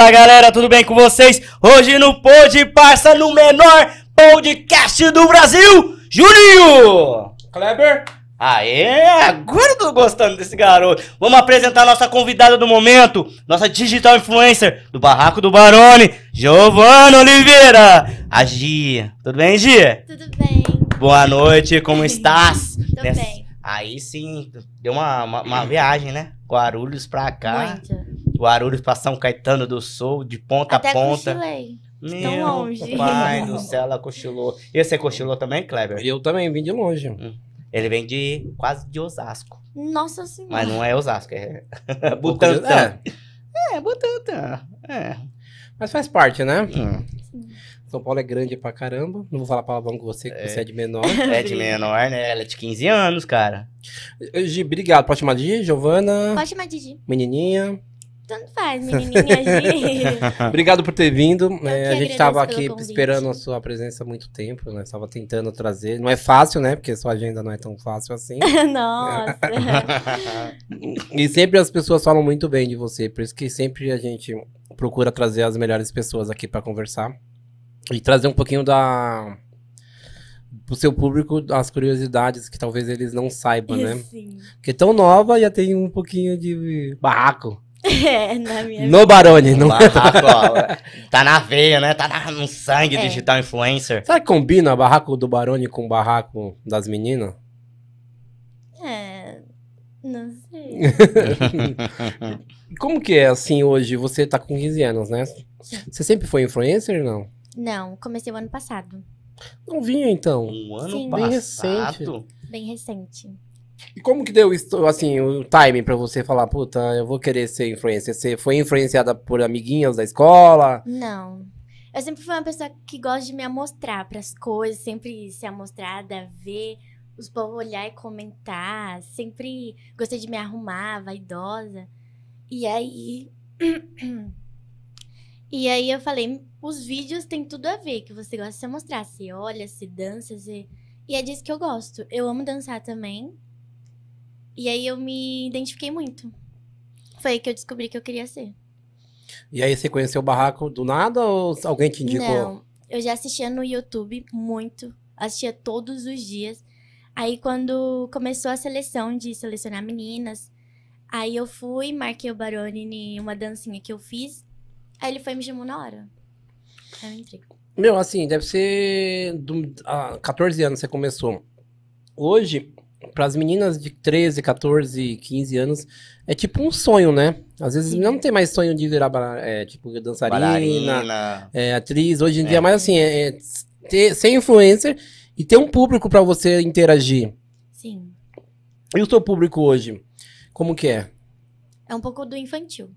Fala galera, tudo bem com vocês? Hoje no Pod Parça, no menor podcast do Brasil, Juninho! Kleber? Aê, agora eu tô gostando desse garoto. Vamos apresentar nossa convidada do momento, nossa digital influencer do Barraco do Barone, Giovana Oliveira. A Gia. Tudo bem, Gia? Tudo bem. Boa noite, como estás? Tô bem. Aí sim, deu uma viagem, né? Guarulhos pra cá. Muito. Guarulhos pra São Caetano do Sul, de ponta Até a ponta. cochilei. Meu Tão longe. pai do céu, ela cochilou. E você cochilou também, Kleber? Eu também vim de longe. Ele vem de quase de Osasco. Nossa senhora. Mas não é Osasco, é Butantã. Butantã. É, Butantã. É. Mas faz parte, né? Hum. São Paulo é grande pra caramba. Não vou falar palavrão com você, que você é de menor. É de menor, né? Ela é de 15 anos, cara. Gi, obrigado. Pode chamar de Gi, Giovana, Pode chamar de Didi. menininha. Tanto faz, menininha Gi. Obrigado por ter vindo. que A gente agradeço tava pelo aqui convite. esperando a sua presença há muito tempo, né? Tava tentando trazer. Não é fácil, né? Porque sua agenda não é tão fácil assim. Nossa. E sempre as pessoas falam muito bem de você. Por isso que sempre a gente procura trazer as melhores pessoas aqui pra conversar. E trazer um pouquinho pro seu público as curiosidades que talvez eles não saibam, né? Sim. Porque tão nova já tem um pouquinho de barraco. É, na minha No Barone. No... Barraco, ó, tá na veia, né? Tá no sangue É. digital influencer. Será que combina barraco do Barone com barraco das meninas? É. Não sei. Como que é assim hoje? Você tá com 15 anos, né? Você sempre foi influencer ou não? Não, comecei o ano passado. Não vinha então. Um ano Sim. Bem passado. Bem recente. E como que deu isso, assim, o timing pra você falar, puta, eu vou querer ser influencer? Você foi influenciada por amiguinhas da escola? Não. Eu sempre fui uma pessoa que gosta de me amostrar pras coisas, sempre ser amostrada, ver os povos olhar e comentar. Sempre gostei de me arrumar, vaidosa. E aí. E aí eu falei, os vídeos têm tudo a ver, que você gosta de se mostrar. Você olha, se dança, você... E é disso que eu gosto. Eu amo dançar também. E aí eu me identifiquei muito. Foi aí que eu descobri que eu queria ser. E aí você conheceu o barraco do nada ou alguém te indicou? Não, eu já assistia no YouTube muito. Assistia todos os dias. Aí quando começou a seleção de selecionar meninas, aí eu fui, marquei o Barone em uma dancinha que eu fiz. Aí ele foi e me chamou na hora. Aí eu entrei. Meu, assim, deve ser... 14 anos você começou. Hoje, pras meninas de 13, 14, 15 anos, é tipo um sonho, né? Às vezes Sim. não tem mais sonho de virar, tipo, dançarina, Bailarina. atriz. Hoje em dia, mais assim, ser influencer e ter um público pra você interagir. Sim. E o seu público hoje? Como que é? É um pouco do infantil.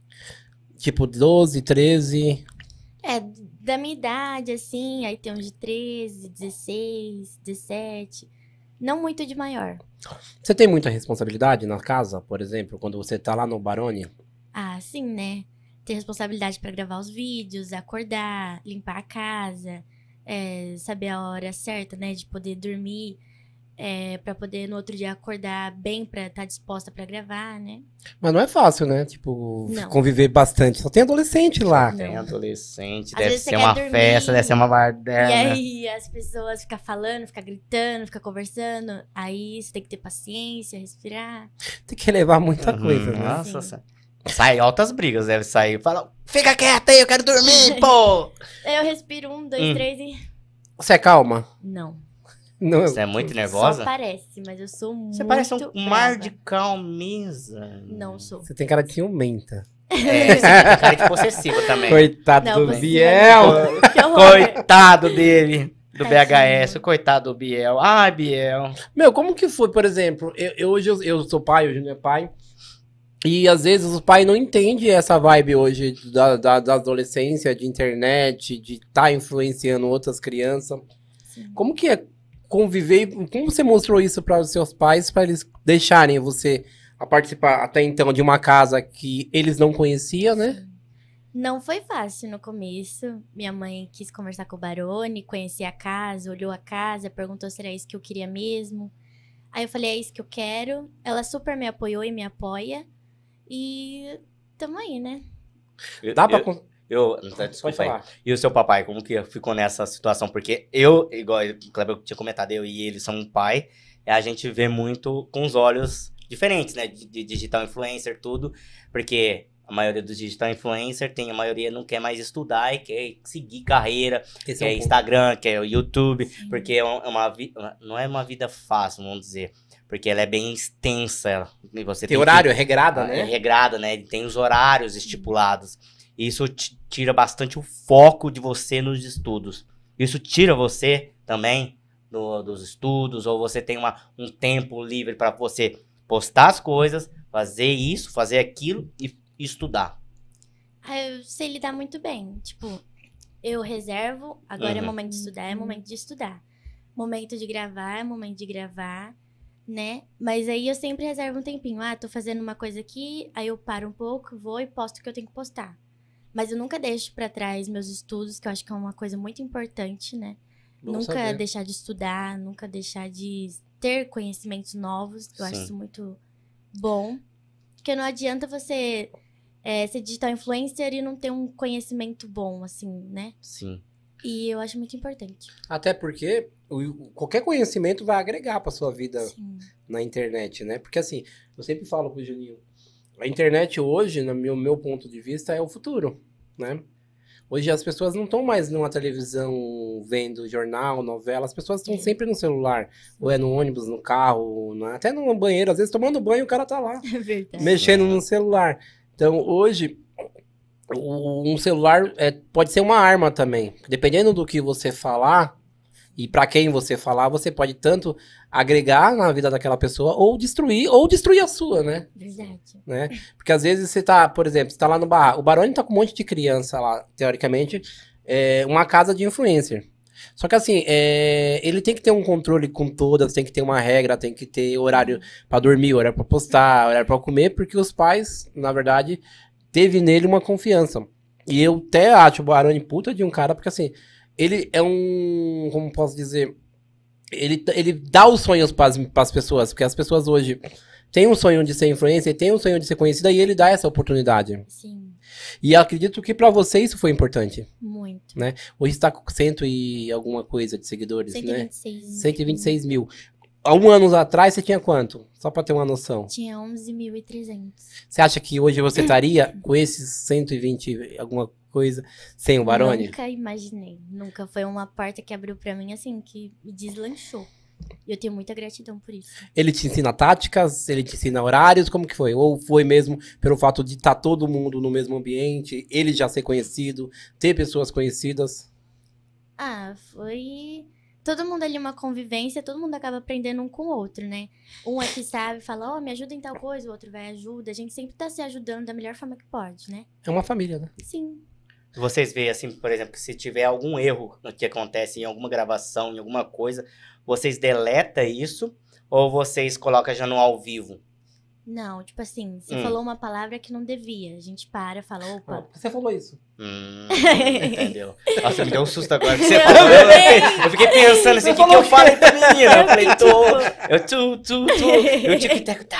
Tipo, 12, 13... É, da minha idade, assim, aí tem uns de 13, 16, 17. Não muito de maior. Você tem muita responsabilidade na casa, por exemplo, quando você tá lá no Barone? Ah, sim, né? Ter responsabilidade pra gravar os vídeos, acordar, limpar a casa, saber a hora certa, né? De poder dormir, pra poder no outro dia acordar bem pra estar disposta pra gravar, né? Mas não é fácil, né? Tipo, Não. conviver bastante. Só tem adolescente lá. Não. Tem adolescente, Às deve vezes ser você uma quer dormir. festa, deve ser uma E baderna. aí as pessoas ficam falando, ficam gritando, ficam conversando. Aí você tem que ter paciência, respirar. Tem que relevar muita coisa, né? Nossa, Sim. sai altas brigas, deve sair. Fala, fica quieta aí, eu quero dormir, pô! Aí eu respiro 1, 2, 3 e... Você é calma? Não. Não. Você é muito nervosa? Só parece, mas eu sou muito Você parece um mar brava. de calmeza. Não sou. Você tem cara de ciumenta. É, você tem cara de possessivo também. Coitado Não, do você- Biel. Que horror. Coitado dele, do Tadinho. BHS, coitado do Biel. Ai, Biel. Meu, como que foi, por exemplo, hoje eu sou pai, o Júnior é pai, e às vezes os pais não entendem essa vibe hoje da adolescência, de internet, de estar influenciando outras crianças. Sim. Como que é conviver, como você mostrou isso para os seus pais, para eles deixarem você a participar até então de uma casa que eles não conheciam, né? Não foi fácil no começo. Minha mãe quis conversar com o Barone, conhecer a casa, olhou a casa, perguntou se era isso que eu queria mesmo. Aí eu falei, é isso que eu quero. Ela super me apoiou e me apoia. E tamo aí, né? Dá pra... Desculpa Pode aí. falar. E o seu papai, como que ficou nessa situação? Porque eu, igual o Kleber tinha comentado, eu e ele somos um pai, e a gente vê muito com os olhos diferentes, né? De digital influencer, tudo. Porque a maioria dos digital influencer a maioria não quer mais estudar e quer seguir carreira, Esse quer é um ponto. Instagram, quer o YouTube, Sim. porque não é uma vida fácil, vamos dizer. Porque ela é bem extensa. E você Tem que- horário, é regrada, é né? regrada, né? Tem os horários estipulados. Isso tira bastante o foco de você nos estudos. Isso tira você também dos estudos, ou você tem um tempo livre para você postar as coisas, fazer isso, fazer aquilo e estudar. Ah, eu sei lidar muito bem. Tipo, eu reservo, agora é Uhum. momento de estudar, é momento de estudar. Momento de gravar, é momento de gravar, né? Mas aí eu sempre reservo um tempinho. Ah, tô fazendo uma coisa aqui, aí eu paro um pouco, vou e posto o que eu tenho que postar. Mas eu nunca deixo pra trás meus estudos, que eu acho que é uma coisa muito importante, né? Bom Nunca saber. deixar de estudar, nunca deixar de ter conhecimentos novos, que eu acho Sim. isso muito bom. Porque não adianta você ser digital influencer e não ter um conhecimento bom, assim, né? Sim. E eu acho muito importante. Até porque qualquer conhecimento vai agregar pra sua vida Sim. na internet, né? Porque assim, eu sempre falo pro Juninho, a internet hoje, no meu ponto de vista, é o futuro, né? Hoje as pessoas não estão mais numa televisão vendo jornal, novela, as pessoas estão sempre no celular. Ou é no ônibus, no carro, até no banheiro, às vezes tomando banho o cara tá lá, É verdade. mexendo no celular. Então hoje, um celular pode ser uma arma também. Dependendo do que você falar e pra quem você falar, você pode tanto agregar na vida daquela pessoa ou destruir a sua, né? Verdade. Né? Porque às vezes você tá, por exemplo, você tá lá no bar, o Baroni tá com um monte de criança lá, teoricamente, uma casa de influencer. Só que assim, ele tem que ter um controle com todas, tem que ter uma regra, tem que ter horário pra dormir, horário pra postar, horário pra comer, porque os pais, na verdade, teve nele uma confiança. E eu até acho o Baroni puta de um cara, porque assim, ele é um, como posso dizer, ele dá os sonhos pras pessoas, porque as pessoas hoje têm um sonho de ser influencer, têm um sonho de ser conhecida, e ele dá essa oportunidade. Sim, E eu acredito que pra você isso foi importante. muito. Hoje está com 100 e alguma coisa de seguidores, né? 126. 126 mil. Há um ano atrás você tinha quanto? Só pra ter uma noção. Tinha 11.300. Você acha que hoje você estaria com esses 120 e alguma coisa sem o Baroni? Nunca imaginei. Nunca. Foi uma porta que abriu pra mim, assim, que me deslanchou. E eu tenho muita gratidão por isso. Ele te ensina táticas? Ele te ensina horários? Como que foi? Ou foi mesmo pelo fato de estar todo mundo no mesmo ambiente, ele já ser conhecido, ter pessoas conhecidas? Ah, foi... Todo mundo ali uma convivência, todo mundo acaba aprendendo um com o outro, né? Um aqui sabe, fala, me ajuda em tal coisa, o outro vai e ajuda. A gente sempre tá se ajudando da melhor forma que pode, né? É uma família, né? Sim. Vocês veem, assim, por exemplo, que se tiver algum erro que acontece em alguma gravação, em alguma coisa, vocês deletam isso ou vocês colocam já no ao vivo? Não, tipo assim, você falou uma palavra que não devia. A gente para, fala, opa. Você falou isso. Entendeu? Nossa, me deu um susto agora que você falou. Eu fiquei pensando assim, o que eu falei pra menina? Eu falei, eu tic-tac, tá.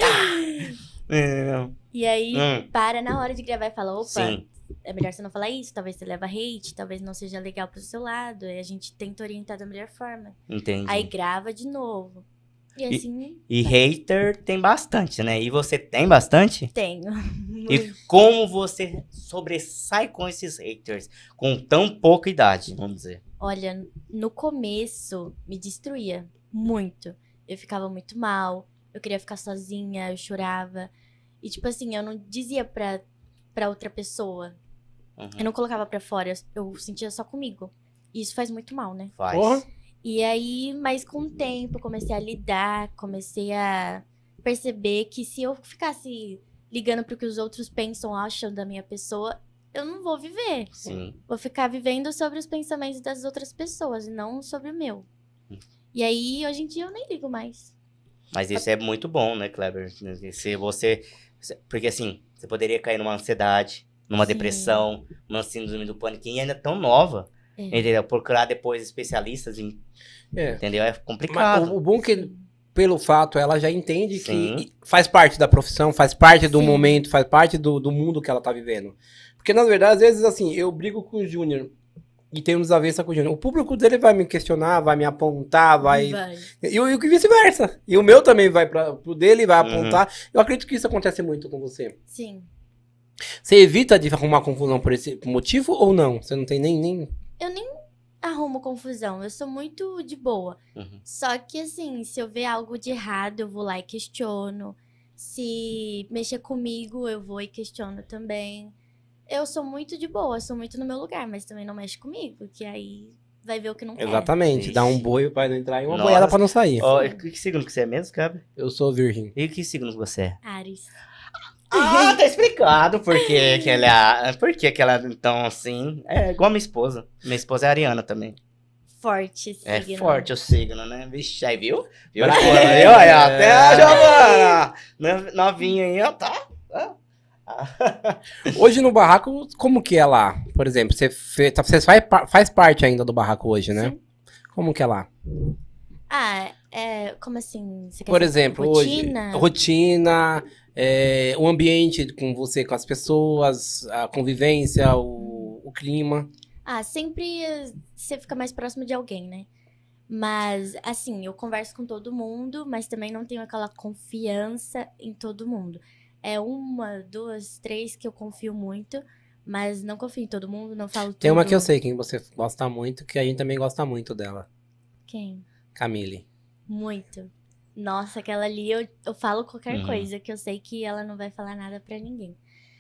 E aí, para na hora de gravar e fala, opa, Sim. é melhor você não falar isso, talvez você leva hate, talvez não seja legal pro seu lado. Aí a gente tenta orientar da melhor forma. Entendi. Aí grava de novo. E assim, E hater tem bastante, né? E você tem bastante? tenho. E como você sobressai com esses haters? Com tão pouca idade, vamos dizer. Olha, no começo me destruía muito. Eu ficava muito mal, eu queria ficar sozinha, eu chorava. E tipo assim, eu não dizia pra outra pessoa. Eu não colocava pra fora, eu sentia só comigo. E isso faz muito mal, né? Faz. Porra. E aí, mas com o tempo, comecei a lidar, comecei a perceber que se eu ficasse ligando pro que os outros pensam, acham da minha pessoa, eu não vou viver. Sim. Vou ficar vivendo sobre os pensamentos das outras pessoas e não sobre o meu. E aí, hoje em dia, eu nem ligo mais. Mas isso é muito bom, né, Kleber? Se você... Porque assim, você poderia cair numa ansiedade, numa Sim. depressão, numa síndrome do pânico, e ainda tão nova. É. Entendeu? Procurar depois especialistas, entendeu? É Mas complicado. o bom é que pelo fato, ela já entende Sim. que faz parte da profissão, faz parte do Sim. momento, faz parte do mundo que ela tá vivendo. Porque, na verdade, às vezes, assim, eu brigo com o Júnior e tenho desavença com o Júnior. O público dele vai me questionar, vai me apontar, vai... E o vice-versa. E o meu também vai pro dele, vai apontar. Eu acredito que isso acontece muito com você. Sim. Você evita de arrumar confusão por esse motivo ou não? Você não tem nem... Eu nem arrumo confusão, eu sou muito de boa. Uhum. Só que assim, se eu ver algo de errado, eu vou lá e questiono. Se mexer comigo, eu vou e questiono também. Eu sou muito de boa, sou muito no meu lugar, mas também não mexe comigo, que aí vai ver o que não quer. Exatamente. Ixi. Dá um boi pra não entrar e uma Nossa. boiada pra não sair. Ó, que signo que você é mesmo, Gabi? Eu sou virgem. E que signo que você é? Ares. Ah, tá explicado por que ela... Por que ela, então, assim... É igual a minha esposa. Minha esposa é ariana também. Forte É signo. forte o signo, né? Vixe, aí viu? Viu? Bravo. Viu? Aí, ó, até a Giovana, novinha aí, ó, tá? Hoje no barraco, como que é lá? Por exemplo, você faz parte ainda do barraco hoje, né? Sim. Como que é lá? Ah, como assim? Você quer Por saber exemplo, rotina? hoje, rotina, o ambiente com você, com as pessoas, a convivência, o clima. Ah, sempre você fica mais próximo de alguém, né? Mas, assim, eu converso com todo mundo, mas também não tenho aquela confiança em todo mundo. É uma, duas, três que eu confio muito, mas não confio em todo mundo, não falo tudo. Tem uma que eu sei, quem você gosta muito, que a gente também gosta muito dela. Quem? Camille. Muito. Nossa, aquela ali eu falo qualquer Uhum. coisa, que eu sei que ela não vai falar nada pra ninguém.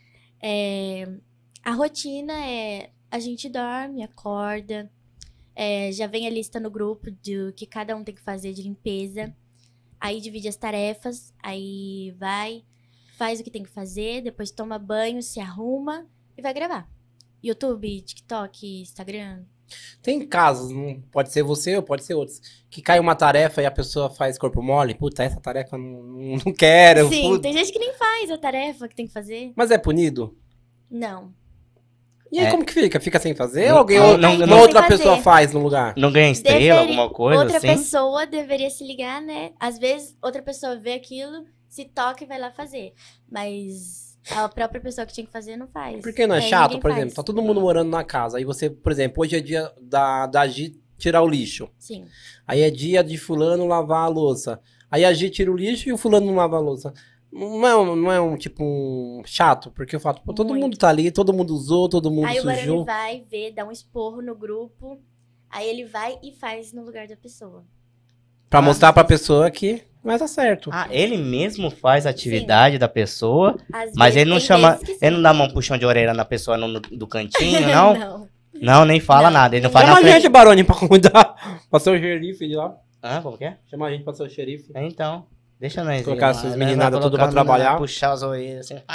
A rotina é... A gente dorme, acorda, já vem a lista no grupo do que cada um tem que fazer de limpeza. Aí divide as tarefas, aí vai, faz o que tem que fazer, depois toma banho, se arruma e vai gravar. YouTube, TikTok, Instagram. Tem casos, não pode ser você ou pode ser outros, que cai uma tarefa e a pessoa faz corpo mole. Puta, essa tarefa eu não quero. Sim, puta. tem gente que nem faz a tarefa que tem que fazer. Mas é punido? Não. E aí É. como que fica? Fica sem fazer? Não, Ou alguém, não, uma não- outra sem pessoa fazer. faz no lugar? Não ganha estrela, Deveria- alguma coisa Outra assim? pessoa deveria se ligar, né? Às vezes, outra pessoa vê aquilo, se toca e vai lá fazer. Mas a própria pessoa que tinha que fazer não faz. Por que não é Aí chato, ninguém por faz. exemplo? Tá todo mundo morando na casa. Aí você, por exemplo, hoje é dia da Gi tirar o lixo. Sim. Aí é dia de fulano lavar a louça. Aí a Gi tira o lixo e o fulano não lava a louça. Não é um tipo um chato, porque eu falo, pô, todo Muito. mundo tá ali, todo mundo usou, todo mundo Aí o Baroni sujou. vai ver, dá um esporro no grupo. Aí ele vai e faz no lugar da pessoa. Pra mostrar pra pessoa que vai dar certo. Ah, ele mesmo faz a atividade da pessoa, Às mas vezes ele não tem chama. vezes que sim. Ele não dá mão puxão de orelha na pessoa do cantinho, não? Não. Não, nem fala Não. nada. Ele não faz Chama na a frente. gente, Baroni, pra cuidar. Pra ser o xerife de lá. Ah, como que é? Chama a gente pra ser o xerife. Então, deixa nós. Colocar ir, essas nós meninadas vai tudo pra colocando, trabalhar. né, puxar as orelhas assim.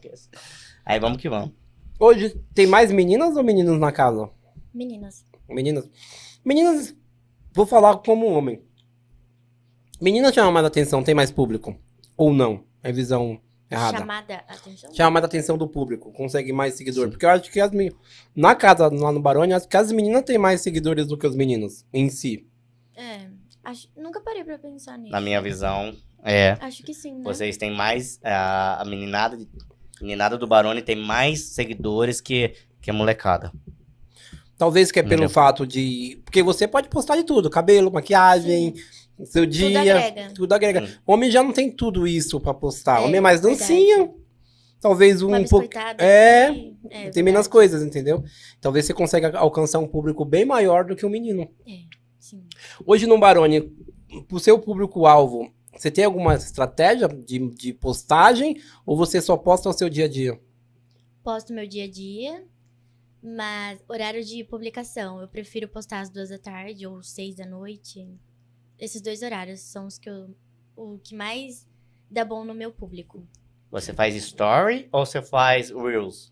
Aí vamos que vamos. Hoje tem mais meninas ou meninos na casa? Meninas. Meninas. Meninas, vou falar como homem. Meninas chamam mais atenção, tem mais público? Ou não? É visão errada. Chamada atenção? Chama mais atenção do público, consegue mais seguidor. Porque eu acho que na casa, lá no Barone, acho que as meninas têm mais seguidores do que os meninos em si. Nunca parei pra pensar nisso. Na minha visão, é. Acho que sim, né? Vocês têm mais. A meninada do Barone tem mais seguidores que a molecada. Talvez que é pelo Entendeu? fato de... Porque você pode postar de tudo. Cabelo, maquiagem, seu dia. agrega. Tudo agrega. Sim. Homem já não tem tudo isso pra postar. É, Homem é mais verdade. dancinha. Talvez Uma um pouco... biscoitada É, aqui. tem menos verdade. coisas, entendeu? Talvez você consiga alcançar um público bem maior do que o menino. Sim. Hoje no Barone, pro seu público-alvo, você tem alguma estratégia de postagem ou você só posta o seu dia a dia? Posto meu dia a dia, mas horário de publicação, eu prefiro postar às 2 da tarde ou 6 da noite. Esses 2 horários são o que mais dá bom no meu público. Você faz story ou você faz reels?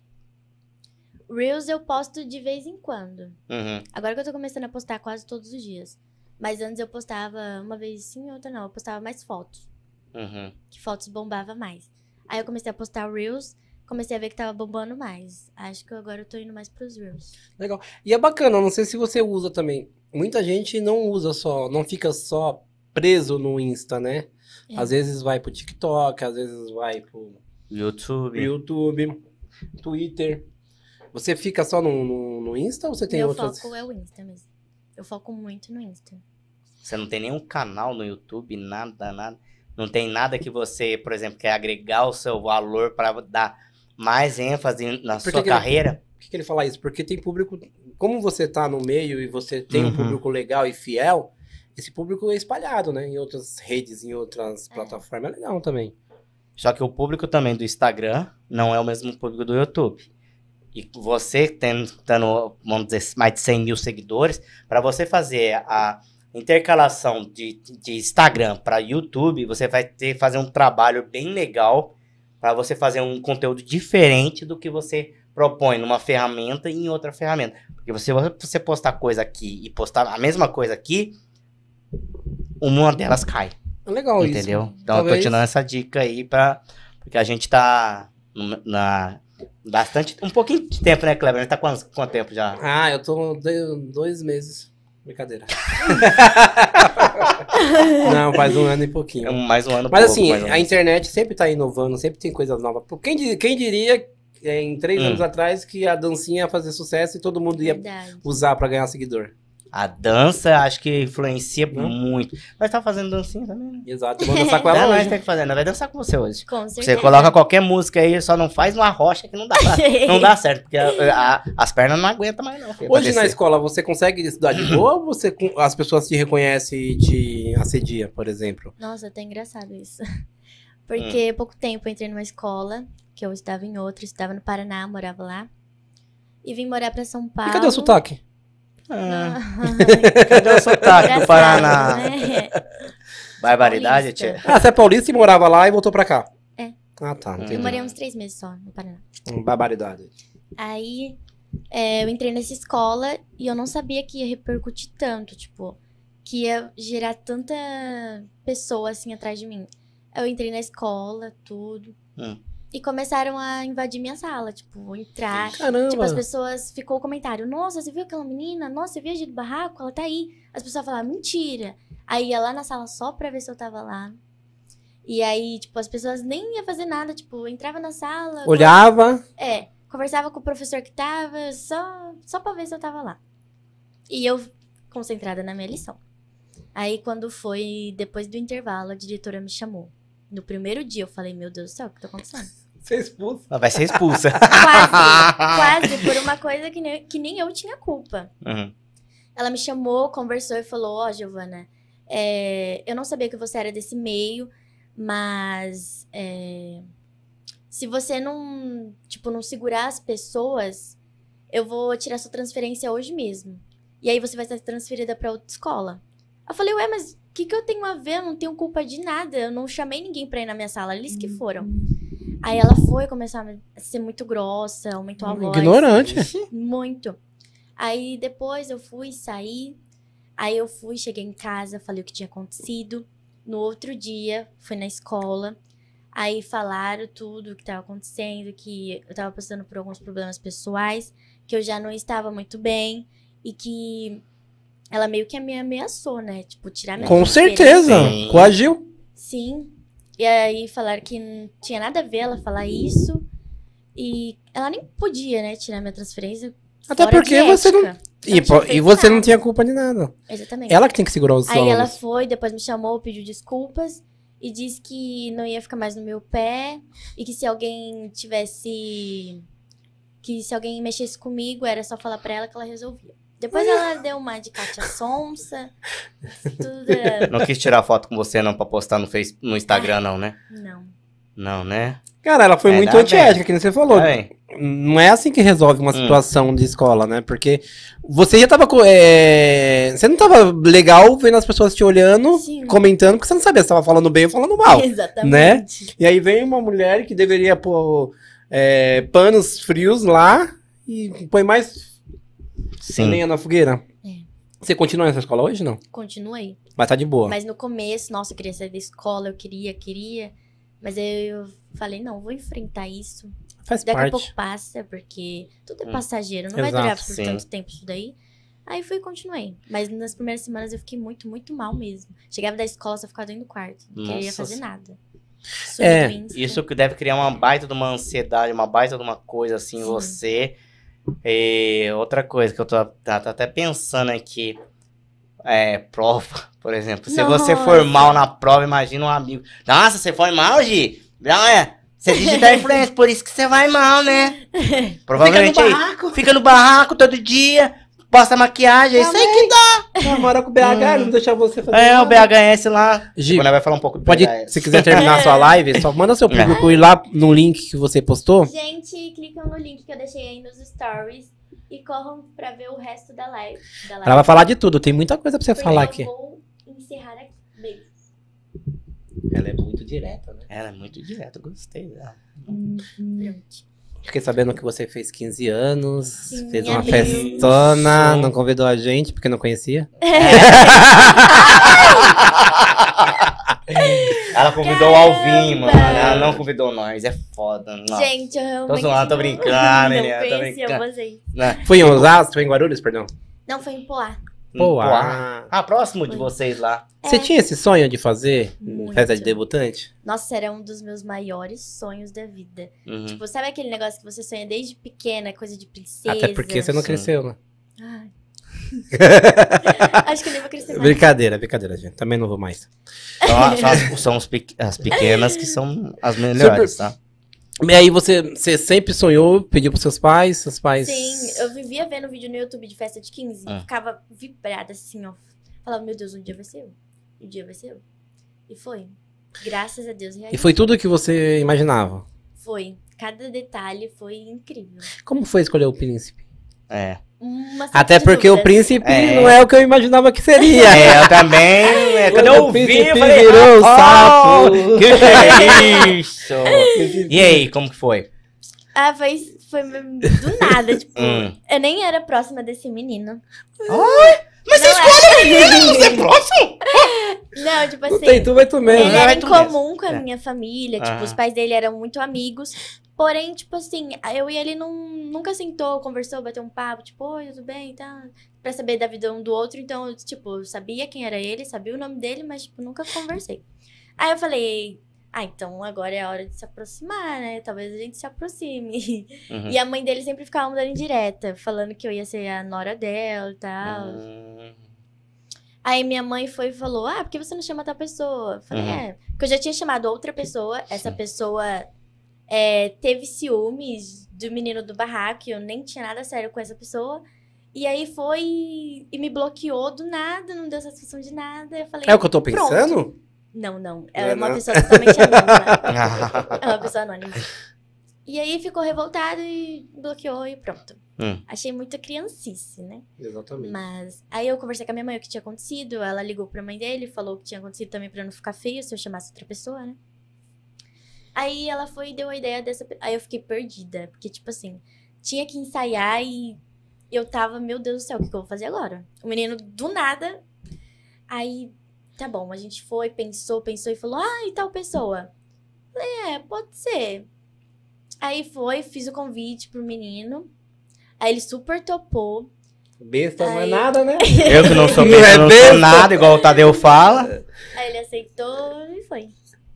Reels eu posto de vez em quando. Uhum. Agora que eu tô começando a postar quase todos os dias. Mas antes eu postava uma vez sim, outra não. Eu postava mais fotos. Uhum. Que fotos bombava mais. Aí eu comecei a postar Reels, comecei a ver que tava bombando mais. Acho que agora eu tô indo mais pros Reels. Legal. E é bacana, não sei se você usa também. Muita gente não usa só, não fica só preso no Insta, né? É. Às vezes vai pro TikTok, às vezes vai pro YouTube, Twitter. Você fica só no Insta ou você tem Meu outras? foco é o Insta mesmo. Eu foco muito no Insta. Você não tem nenhum canal no YouTube, nada. Não tem nada que você, por exemplo, quer agregar o seu valor para dar mais ênfase na Por sua que carreira? Por que ele fala isso? Porque tem público... Como você tá no meio e você tem um Uhum. público legal e fiel, esse público é espalhado, né? Em outras redes, em outras plataformas. É legal também. Só que o público também do Instagram não é o mesmo público do YouTube. E você tendo, vamos dizer, mais de 100 mil seguidores, para você fazer a intercalação de Instagram para YouTube, você vai ter que fazer um trabalho bem legal para você fazer um conteúdo diferente do que você propõe numa ferramenta e em outra ferramenta. Porque você postar coisa aqui e postar a mesma coisa aqui, uma delas cai. É legal isso. Entendeu? Então eu tô te dando essa dica aí porque a gente tá um pouquinho de tempo, né, Kleber? A gente tá quanto tempo já? Ah, eu tô 2 meses. Brincadeira. Não, faz 1 ano e pouquinho. Mais um ano. Mas pouco, assim, mais ou a menos. internet sempre tá inovando, sempre tem coisas novas. Quem diria, em 3 anos atrás, que a dancinha ia fazer sucesso e todo mundo ia Verdade. usar pra ganhar seguidor? A dança, acho que influencia Não? muito. Nós tá fazendo dancinha também, né? Exato, eu vou dançar com ela Nós hoje. tem que fazer, nós vai dançar com você hoje. Com certeza. Você coloca qualquer música aí, só não faz uma rocha que não dá, não dá certo, porque as pernas não aguentam mais não. filho, pra Hoje na descer. escola, você consegue estudar de boa ou as pessoas te reconhecem e te assediam, por exemplo? Nossa, até engraçado isso. Porque pouco tempo eu entrei numa escola, que eu estava em outra, estava no Paraná, morava lá. E vim morar pra São Paulo. E cadê o sotaque? Cadê o sotaque do Engraçado, Paraná? né? Barbaridade, Paulista. tia. Ah, você é paulista e morava lá e voltou pra cá? É. Ah, tá, Eu entendi. morei uns 3 meses só no Paraná. Barbaridade. Aí eu entrei nessa escola e eu não sabia que ia repercutir tanto, tipo, que ia gerar tanta pessoa assim atrás de mim. Eu entrei na escola, tudo. E começaram a invadir minha sala, tipo, entrar. Caramba. Tipo, as pessoas ficou o comentário: nossa, você viu aquela menina? Nossa, você viu a Gi do barraco? Ela tá aí. As pessoas falavam: mentira. Aí ia lá na sala só pra ver se eu tava lá. E aí, tipo, as pessoas nem iam fazer nada, tipo, entrava na sala. Olhava. Conversava com o professor que tava, só pra ver se eu tava lá. E eu concentrada na minha lição. Aí, quando foi depois do intervalo, a diretora me chamou. No primeiro dia, eu falei: meu Deus do céu, o que tá acontecendo? Você expulsa. Ela vai ser expulsa. Quase, por uma coisa que nem eu tinha culpa. Uhum. Ela me chamou, conversou e falou: ó, Giovana, eu não sabia que você era desse meio, mas se você não segurar as pessoas, eu vou tirar sua transferência hoje mesmo. E aí você vai ser transferida pra outra escola. Eu falei: ué, mas o que eu tenho a ver? Eu não tenho culpa de nada. Eu não chamei ninguém pra ir na minha sala, eles que foram. Aí ela começou a ser muito grossa, aumentou a voz. Ignorante. Muito. Aí depois eu saí. Aí eu cheguei em casa, falei o que tinha acontecido. No outro dia, fui na escola. Aí falaram tudo o que estava acontecendo, que eu estava passando por alguns problemas pessoais, que eu já não estava muito bem e que ela meio que me ameaçou, né? Tipo, tirar minha Com transferência. certeza. Sim. Coagiu. Sim. E aí falaram que não tinha nada a ver ela falar isso. E ela nem podia, né, tirar minha transferência. Até fora porque de você não- ética. Eu tinha E feito você não nada. tinha culpa de nada. Exatamente. Ela que tem que segurar os Aí ela alunos. foi, depois me chamou, pediu desculpas e disse que não ia ficar mais no meu pé e que se alguém mexesse comigo, era só falar pra ela que ela resolvia. Depois ela deu uma de Kátia Sonsa. Tudo. Não quis tirar foto com você não pra postar no Instagram não, né? Não. Não, né? Cara, ela foi muito dá antiética, que nem você falou. Tá bem. Não é assim que resolve uma situação de escola, né? Porque você já tava. Você não tava legal vendo as pessoas te olhando, Sim. comentando, porque você não sabia se tava falando bem ou falando mal. Exatamente. E aí vem uma mulher que deveria pôr panos frios lá e põe mais Sim. lenha na fogueira. É. Você continua nessa escola hoje, não? Continuei. Mas tá de boa. Mas no começo, nossa, eu queria sair da escola, eu queria. Mas eu falei: não, vou enfrentar isso. Faz Daqui a parte. pouco passa, porque tudo é passageiro, não vai Exato, durar por sim. tanto tempo isso daí. Aí fui e continuei. Mas nas primeiras semanas eu fiquei muito, muito mal mesmo. Chegava da escola, só ficava dentro do quarto. Não queria Nossa. fazer nada. É, Isso que deve criar uma baita de uma ansiedade, uma baita de uma coisa assim em Sim. você. E outra coisa que eu tô até pensando aqui, prova, por exemplo. Se você Nossa. for mal na prova, imagina um amigo. Nossa, você foi mal, Gi? Não é? Você é digital influencer, por isso que você vai mal, né? Provavelmente Fica no aí. barraco. Fica no barraco todo dia, posta maquiagem, é isso aí que dá. Namora com o BH, não deixa você fazer É, o nada. BHS lá. Gi, Quando vai falar um pouco do pode, BHS. se quiser terminar a sua live, só manda seu público ir lá no link que você postou. Gente, clicam no link que eu deixei aí nos stories e corram pra ver o resto da live. Ela vai falar de tudo, tem muita coisa pra você Porque falar eu aqui. vou encerrar aqui. Beijo. Ela é muito direta, né? Ela é muito direta, gostei dela. Pronto. Fiquei sabendo que você fez 15 anos, Sim, fez uma amigo. festona, Isso. não convidou a gente porque não conhecia. Ela convidou o Alvin, mano. Ela não convidou nós. É foda. Não. Gente, eu realmente zoando, tô não- brincando, não né? Tô conhecia brincando. vocês. Não. Foi em Osasco, foi em Guarulhos, perdão. Não, foi em Poá. Pô, próximo de vocês lá. Você tinha esse sonho de fazer Muito. festa de debutante? Nossa, era um dos meus maiores sonhos da vida. Uhum. Tipo, sabe aquele negócio que você sonha desde pequena, coisa de princesa? Até porque você não Sim. cresceu, né? Ai. Acho que eu nem vou crescer mais. Brincadeira, gente. Também não vou mais. São as pequenas que são as melhores, tá? E aí você sempre sonhou, pediu pros seus pais, Sim, eu vivia vendo vídeo no YouTube de festa de 15. Ah. Ficava vibrada assim, ó. Falava, meu Deus, um dia vai ser eu. Um dia vai ser eu. E foi. Graças a Deus. E foi tudo que você imaginava. Foi. Cada detalhe foi incrível. Como foi escolher o príncipe? É. Uma Até série de porque o dúvidas. príncipe É. não é o que eu imaginava que seria. Eu também. Quando eu O ouvi, príncipe eu falei. virou o sapo. Que é isso? E aí, como que foi? Ah, foi do nada, tipo. Hum. Eu nem era próxima desse menino. Mas você escolhe você é próximo? Não, tipo Não assim. tem tu, vai tu mesmo. Ele Não, era vai em tu comum mesmo. com a É. minha família, tipo, Aham. os pais dele eram muito amigos. Porém, tipo assim, eu e ele nunca sentou, conversou, bateu um papo, tipo, oi, tudo bem e tal, pra saber da vida um do outro. Então, tipo, eu sabia quem era ele, sabia o nome dele, mas, tipo, nunca conversei. Aí eu falei, então agora é a hora de se aproximar, né? Talvez a gente se aproxime. Uhum. E a mãe dele sempre ficava mandando indireta, falando que eu ia ser a nora dela e tal. Aí minha mãe foi e falou, por que você não chama tal pessoa? Eu falei, Uhum. porque eu já tinha chamado outra pessoa, essa Sim. pessoa teve ciúmes do menino do barraco, e eu nem tinha nada sério com essa pessoa. E aí foi e me bloqueou do nada, não deu satisfação de nada. Eu falei, É o que eu tô pronto. pensando? Não. Ela é Não, uma não. pessoa totalmente anônima. É uma pessoa anônima. E aí ficou revoltado e bloqueou e pronto. Achei muita criancice, né? Exatamente. Mas aí eu conversei com a minha mãe o que tinha acontecido. Ela ligou pra mãe dele, falou o que tinha acontecido também pra não ficar feio se eu chamasse outra pessoa, né? Aí ela foi e deu a ideia dessa. Aí eu fiquei perdida. Porque, tipo assim, tinha que ensaiar e eu tava, meu Deus do céu, o que eu vou fazer agora? O menino do nada. Aí, tá bom, a gente foi, pensou e falou: e tal pessoa? Falei, pode ser. Aí foi, fiz o convite pro menino. Aí ele super topou. Besta não é Aí- nada, né? Eu que não sou Não besta, é eu não besta. sou nada, igual o Tadeu fala. Aí ele aceitou e foi.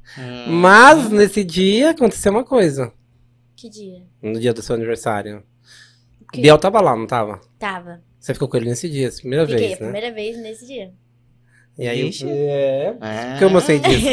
Mas nesse dia aconteceu uma coisa. Que dia? No dia do seu aniversário. Que- Biel tava lá, não tava? Tava. Você ficou com ele nesse dia, essa primeira Fiquei vez, a né? primeira vez nesse dia. E aí, Ixi. como eu sei disso?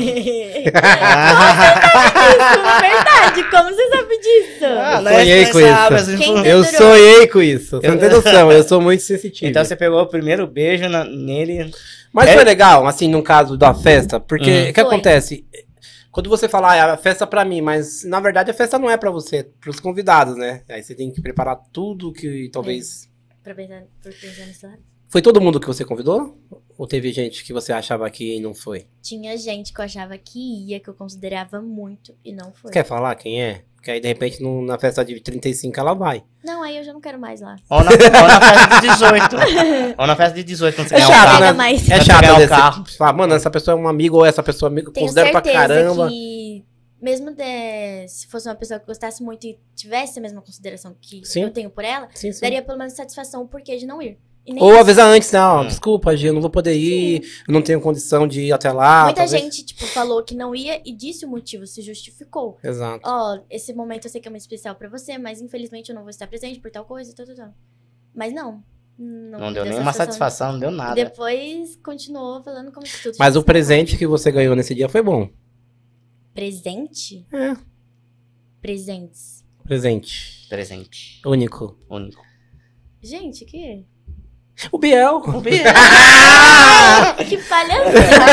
Isso, verdade, como você sabe disso? Eu sonhei com isso. Quem Eu dedurou? sonhei com isso. Você não tem noção, eu sou muito sensitivo. Então você pegou o primeiro beijo nele. Mas foi legal, assim, no caso da festa, porque o que Foi. acontece? Quando você fala, é a festa pra mim, mas na verdade a festa não é pra você, é pros convidados, né? Aí você tem que preparar tudo que talvez... Pra pensar nesse lado. Foi todo mundo que você convidou? Ou teve gente que você achava que não foi? Tinha gente que eu achava que ia, que eu considerava muito, e não foi. Quer falar quem é? Porque aí de repente na festa de 35 ela vai. Não, aí eu já não quero mais lá. Ou na festa de 18. Ou na festa de 18, quando você É ganhar um chato, carro. né? mais. É Quando chato pegar o desse. carro. Você fala, mano, essa pessoa é um amigo ou essa pessoa é amigo, Tenho considero pra certeza caramba. que, mesmo se fosse uma pessoa que gostasse muito e tivesse a mesma consideração que Sim. eu tenho por ela, Sim, sim. daria pelo menos satisfação o porquê de não ir. E nem Ou isso. avisar antes, não, desculpa, Gia, eu não vou poder ir, eu não tenho condição de ir até lá. Muita talvez. gente, tipo, falou que não ia e disse o motivo, se justificou. Exato. Ó, esse momento eu sei que é muito especial pra você, mas infelizmente eu não vou estar presente por tal coisa, tal. Mas não. Não deu nenhuma satisfação, não deu nada. Depois continuou falando como se tudo Mas o tivesse presente que você ganhou nesse dia foi bom. normal. Presente? É. Presentes. Presente. Presente. Único. Único. Gente, que? O Biel. Que palhaçada!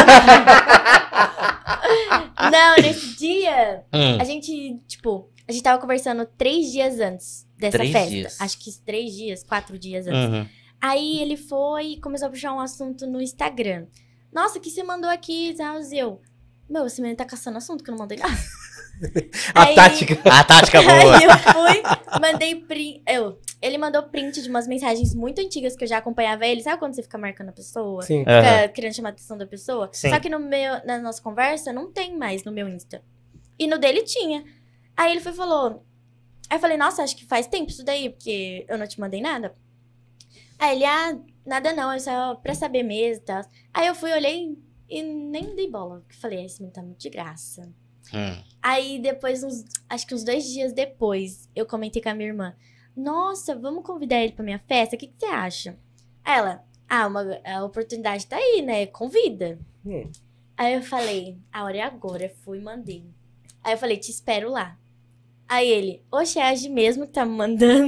Não, nesse dia, a gente, tipo, a gente tava conversando 3 dias antes dessa 3 festa. dias. Acho que 3 dias, 4 dias antes. Aí ele foi e começou a puxar um assunto no Instagram. Nossa, o que você mandou aqui? Eu, meu, esse menino tá caçando assunto que eu não mandei nada. A Aí- tática. A tática boa. Aí eu fui, mandei print. Ele mandou print de umas mensagens muito antigas que eu já acompanhava ele. Sabe quando você fica marcando a pessoa? Sim. Fica querendo chamar a atenção da pessoa? Sim. Só que na nossa conversa não tem mais no meu Insta. E no dele tinha. Aí ele foi e falou. Aí eu falei, nossa, acho que faz tempo isso daí, porque eu não te mandei nada. Aí ele, nada não, é só pra saber mesmo e tal. Aí eu fui, olhei e nem dei bola. Falei, esse menino tá muito de graça. Aí depois, acho que uns 2 dias depois, eu comentei com a minha irmã. Nossa, vamos convidar ele pra minha festa? O que você acha? Aí ela, a oportunidade tá aí, né? Convida. Aí eu falei, a hora é agora. Fui e mandei. Aí eu falei, te espero lá. Aí ele, oxe, é a Gi mesmo que tá me mandando?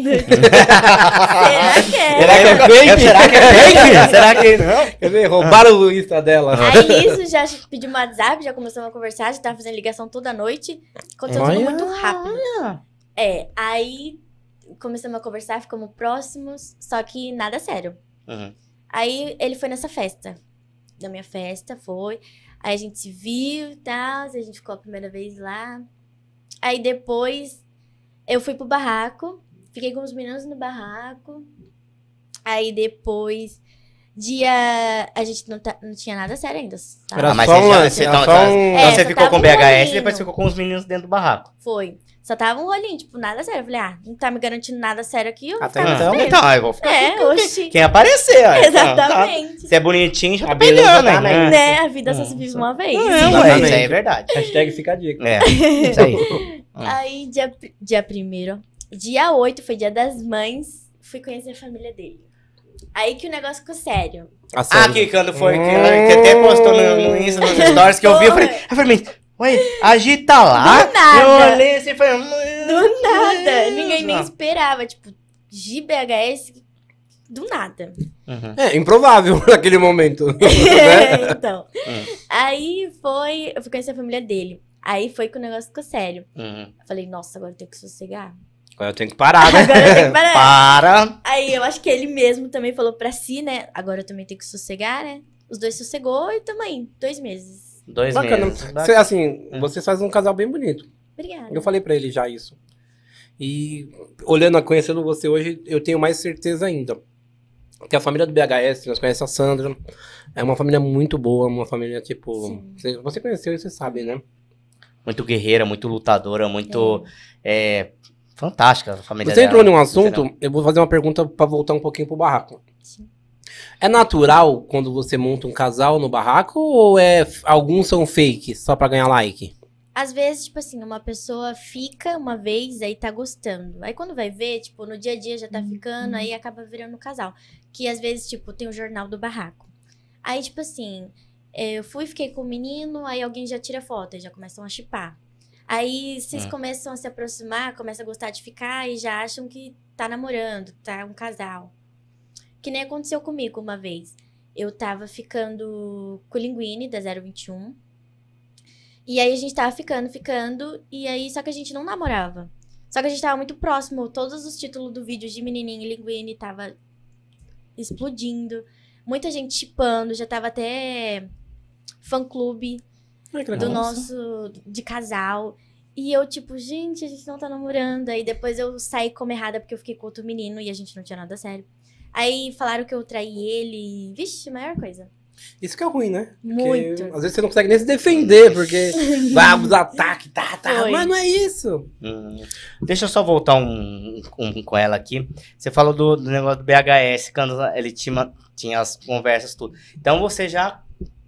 Será que é? Será que é fake? Será que não? Quer ver? Roubaram o Insta dela. Aí nisso, já pedi um WhatsApp, já começamos a conversar, já tava fazendo ligação toda noite. Aconteceu tudo Olha. muito rápido. Aí começamos a conversar, ficamos próximos, só que nada sério. Aí ele foi nessa festa. Da minha festa, foi. Aí a gente se viu e tal, a gente ficou a primeira vez lá. Aí depois eu fui pro barraco, fiquei com os meninos no barraco. Aí depois, a gente não tinha nada sério ainda. Sabe? Era mas só um você já- lance, você- era então, só um- Então só você ficou tava com o um BHS e rolinho. depois ficou com os meninos dentro do barraco. Foi. Só tava um rolinho, tipo, nada sério. Eu falei, não tá me garantindo nada sério aqui, eu vou Até ficar então. mesmo. Então, eu vou ficar Oxi. quem aparecer. Ó. Exatamente. Se é bonitinho, já A tá beleza pegando, tá né? Né? A vida só se vive uma vez. Não, Exatamente. isso aí é verdade. Hashtag fica a dica. É, isso aí. Aí, dia 1º. Dia 8 foi dia das mães. Fui conhecer a família dele. Aí que o negócio ficou sério. Aqui, quando foi, que até postou no Insta, nos stories, que eu vi, eu falei, ué, a Gi tá lá? Do nada. Eu olhei assim e falei, Do nada. Ninguém nem esperava. Tipo, GBHS, do nada. É, improvável naquele momento. Né? Então. Aí eu fui conhecer a família dele. Aí foi que o negócio ficou sério. Eu falei, nossa, agora eu tenho que sossegar. Agora eu tenho que parar, né? Agora eu tenho que parar. Para. Aí eu acho que ele mesmo também falou pra si, né? Agora eu também tenho que sossegar, né? Os dois sossegou e tamo aí, 2 meses. 2 Bacana. meses. Assim, vocês fazem um casal bem bonito. Obrigada. Eu falei pra ele já isso. E conhecendo você hoje, eu tenho mais certeza ainda. Que a família do BHS, nós conhecemos a Sandra, é uma família muito boa, uma família, tipo... Sim. Você conheceu e você sabe, né? Muito guerreira, muito lutadora, muito fantástica a família Você dela, entrou num no assunto, geral. eu vou fazer uma pergunta pra voltar um pouquinho pro barraco. Sim. É natural quando você monta um casal no barraco ou alguns são fake, só pra ganhar like? Às vezes, tipo assim, uma pessoa fica uma vez, aí tá gostando. Aí quando vai ver, tipo, no dia a dia já tá ficando, aí acaba virando um casal. Que às vezes, tipo, tem o jornal do barraco. Aí, tipo assim, eu fiquei com o menino, aí alguém já tira foto, aí já começam a chipar. Aí vocês começam a se aproximar, começam a gostar de ficar e já acham que tá namorando, tá um casal. Que nem aconteceu comigo uma vez. Eu tava ficando com o Linguine, da 021. E aí a gente tava ficando, e aí só que a gente não namorava. Só que a gente tava muito próximo, todos os títulos do vídeo de Menininho e Linguine tava explodindo. Muita gente shippando, já tava até fã-clube do nosso, de casal. E eu tipo, gente, a gente não tá namorando. Aí depois eu saí como errada porque eu fiquei com outro menino e a gente não tinha nada sério. Aí falaram que eu traí ele, vixe, maior coisa. Isso que é ruim, né? Porque Muito. às vezes você não consegue nem se defender, porque vai os ataques, tá, Foi. mas não é isso. Deixa eu só voltar com ela aqui. Você falou do negócio do BHS, quando ele tinha as conversas, tudo. Então você já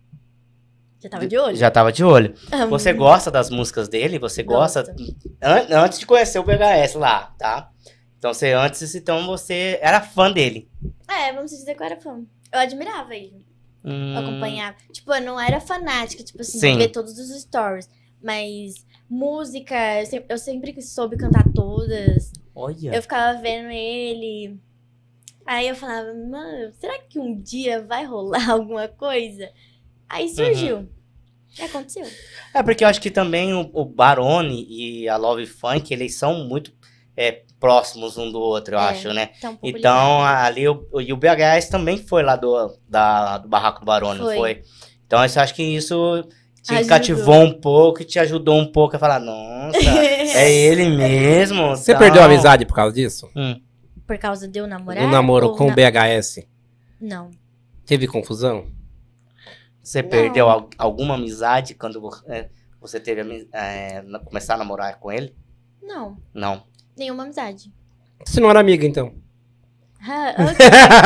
tava de olho? já tava de olho. Amo. Você gosta das músicas dele? Você gosta? Antes de conhecer o BHS lá, tá? Então então você era fã dele. Vamos dizer que eu era fã. Eu admirava ele. Eu acompanhava. Tipo, eu não era fanática, tipo assim, Sim. de ver todos os stories. Mas música, eu sempre soube cantar todas. Olha. Eu ficava vendo ele. Aí eu falava, mano, será que um dia vai rolar alguma coisa? Aí surgiu. E aconteceu. É porque eu acho que também o Barone e a Love Funk, eles são muito próximos um do outro, eu acho, né? Tá um pouco Então, ligado. ali, e o BHS também foi lá do Barraco do Barone, não foi? Então, eu acho que isso te Ajudou. cativou um pouco e te ajudou um pouco a falar, nossa, é ele mesmo. Você tal. perdeu a amizade por causa disso? Por causa de eu namorar? O namoro ou com o BHS? Não. Teve confusão? Você Não. perdeu alguma amizade quando você teve começar a namorar com ele? Não. Não. Nenhuma amizade. Você não era amiga, então? Ah, ok.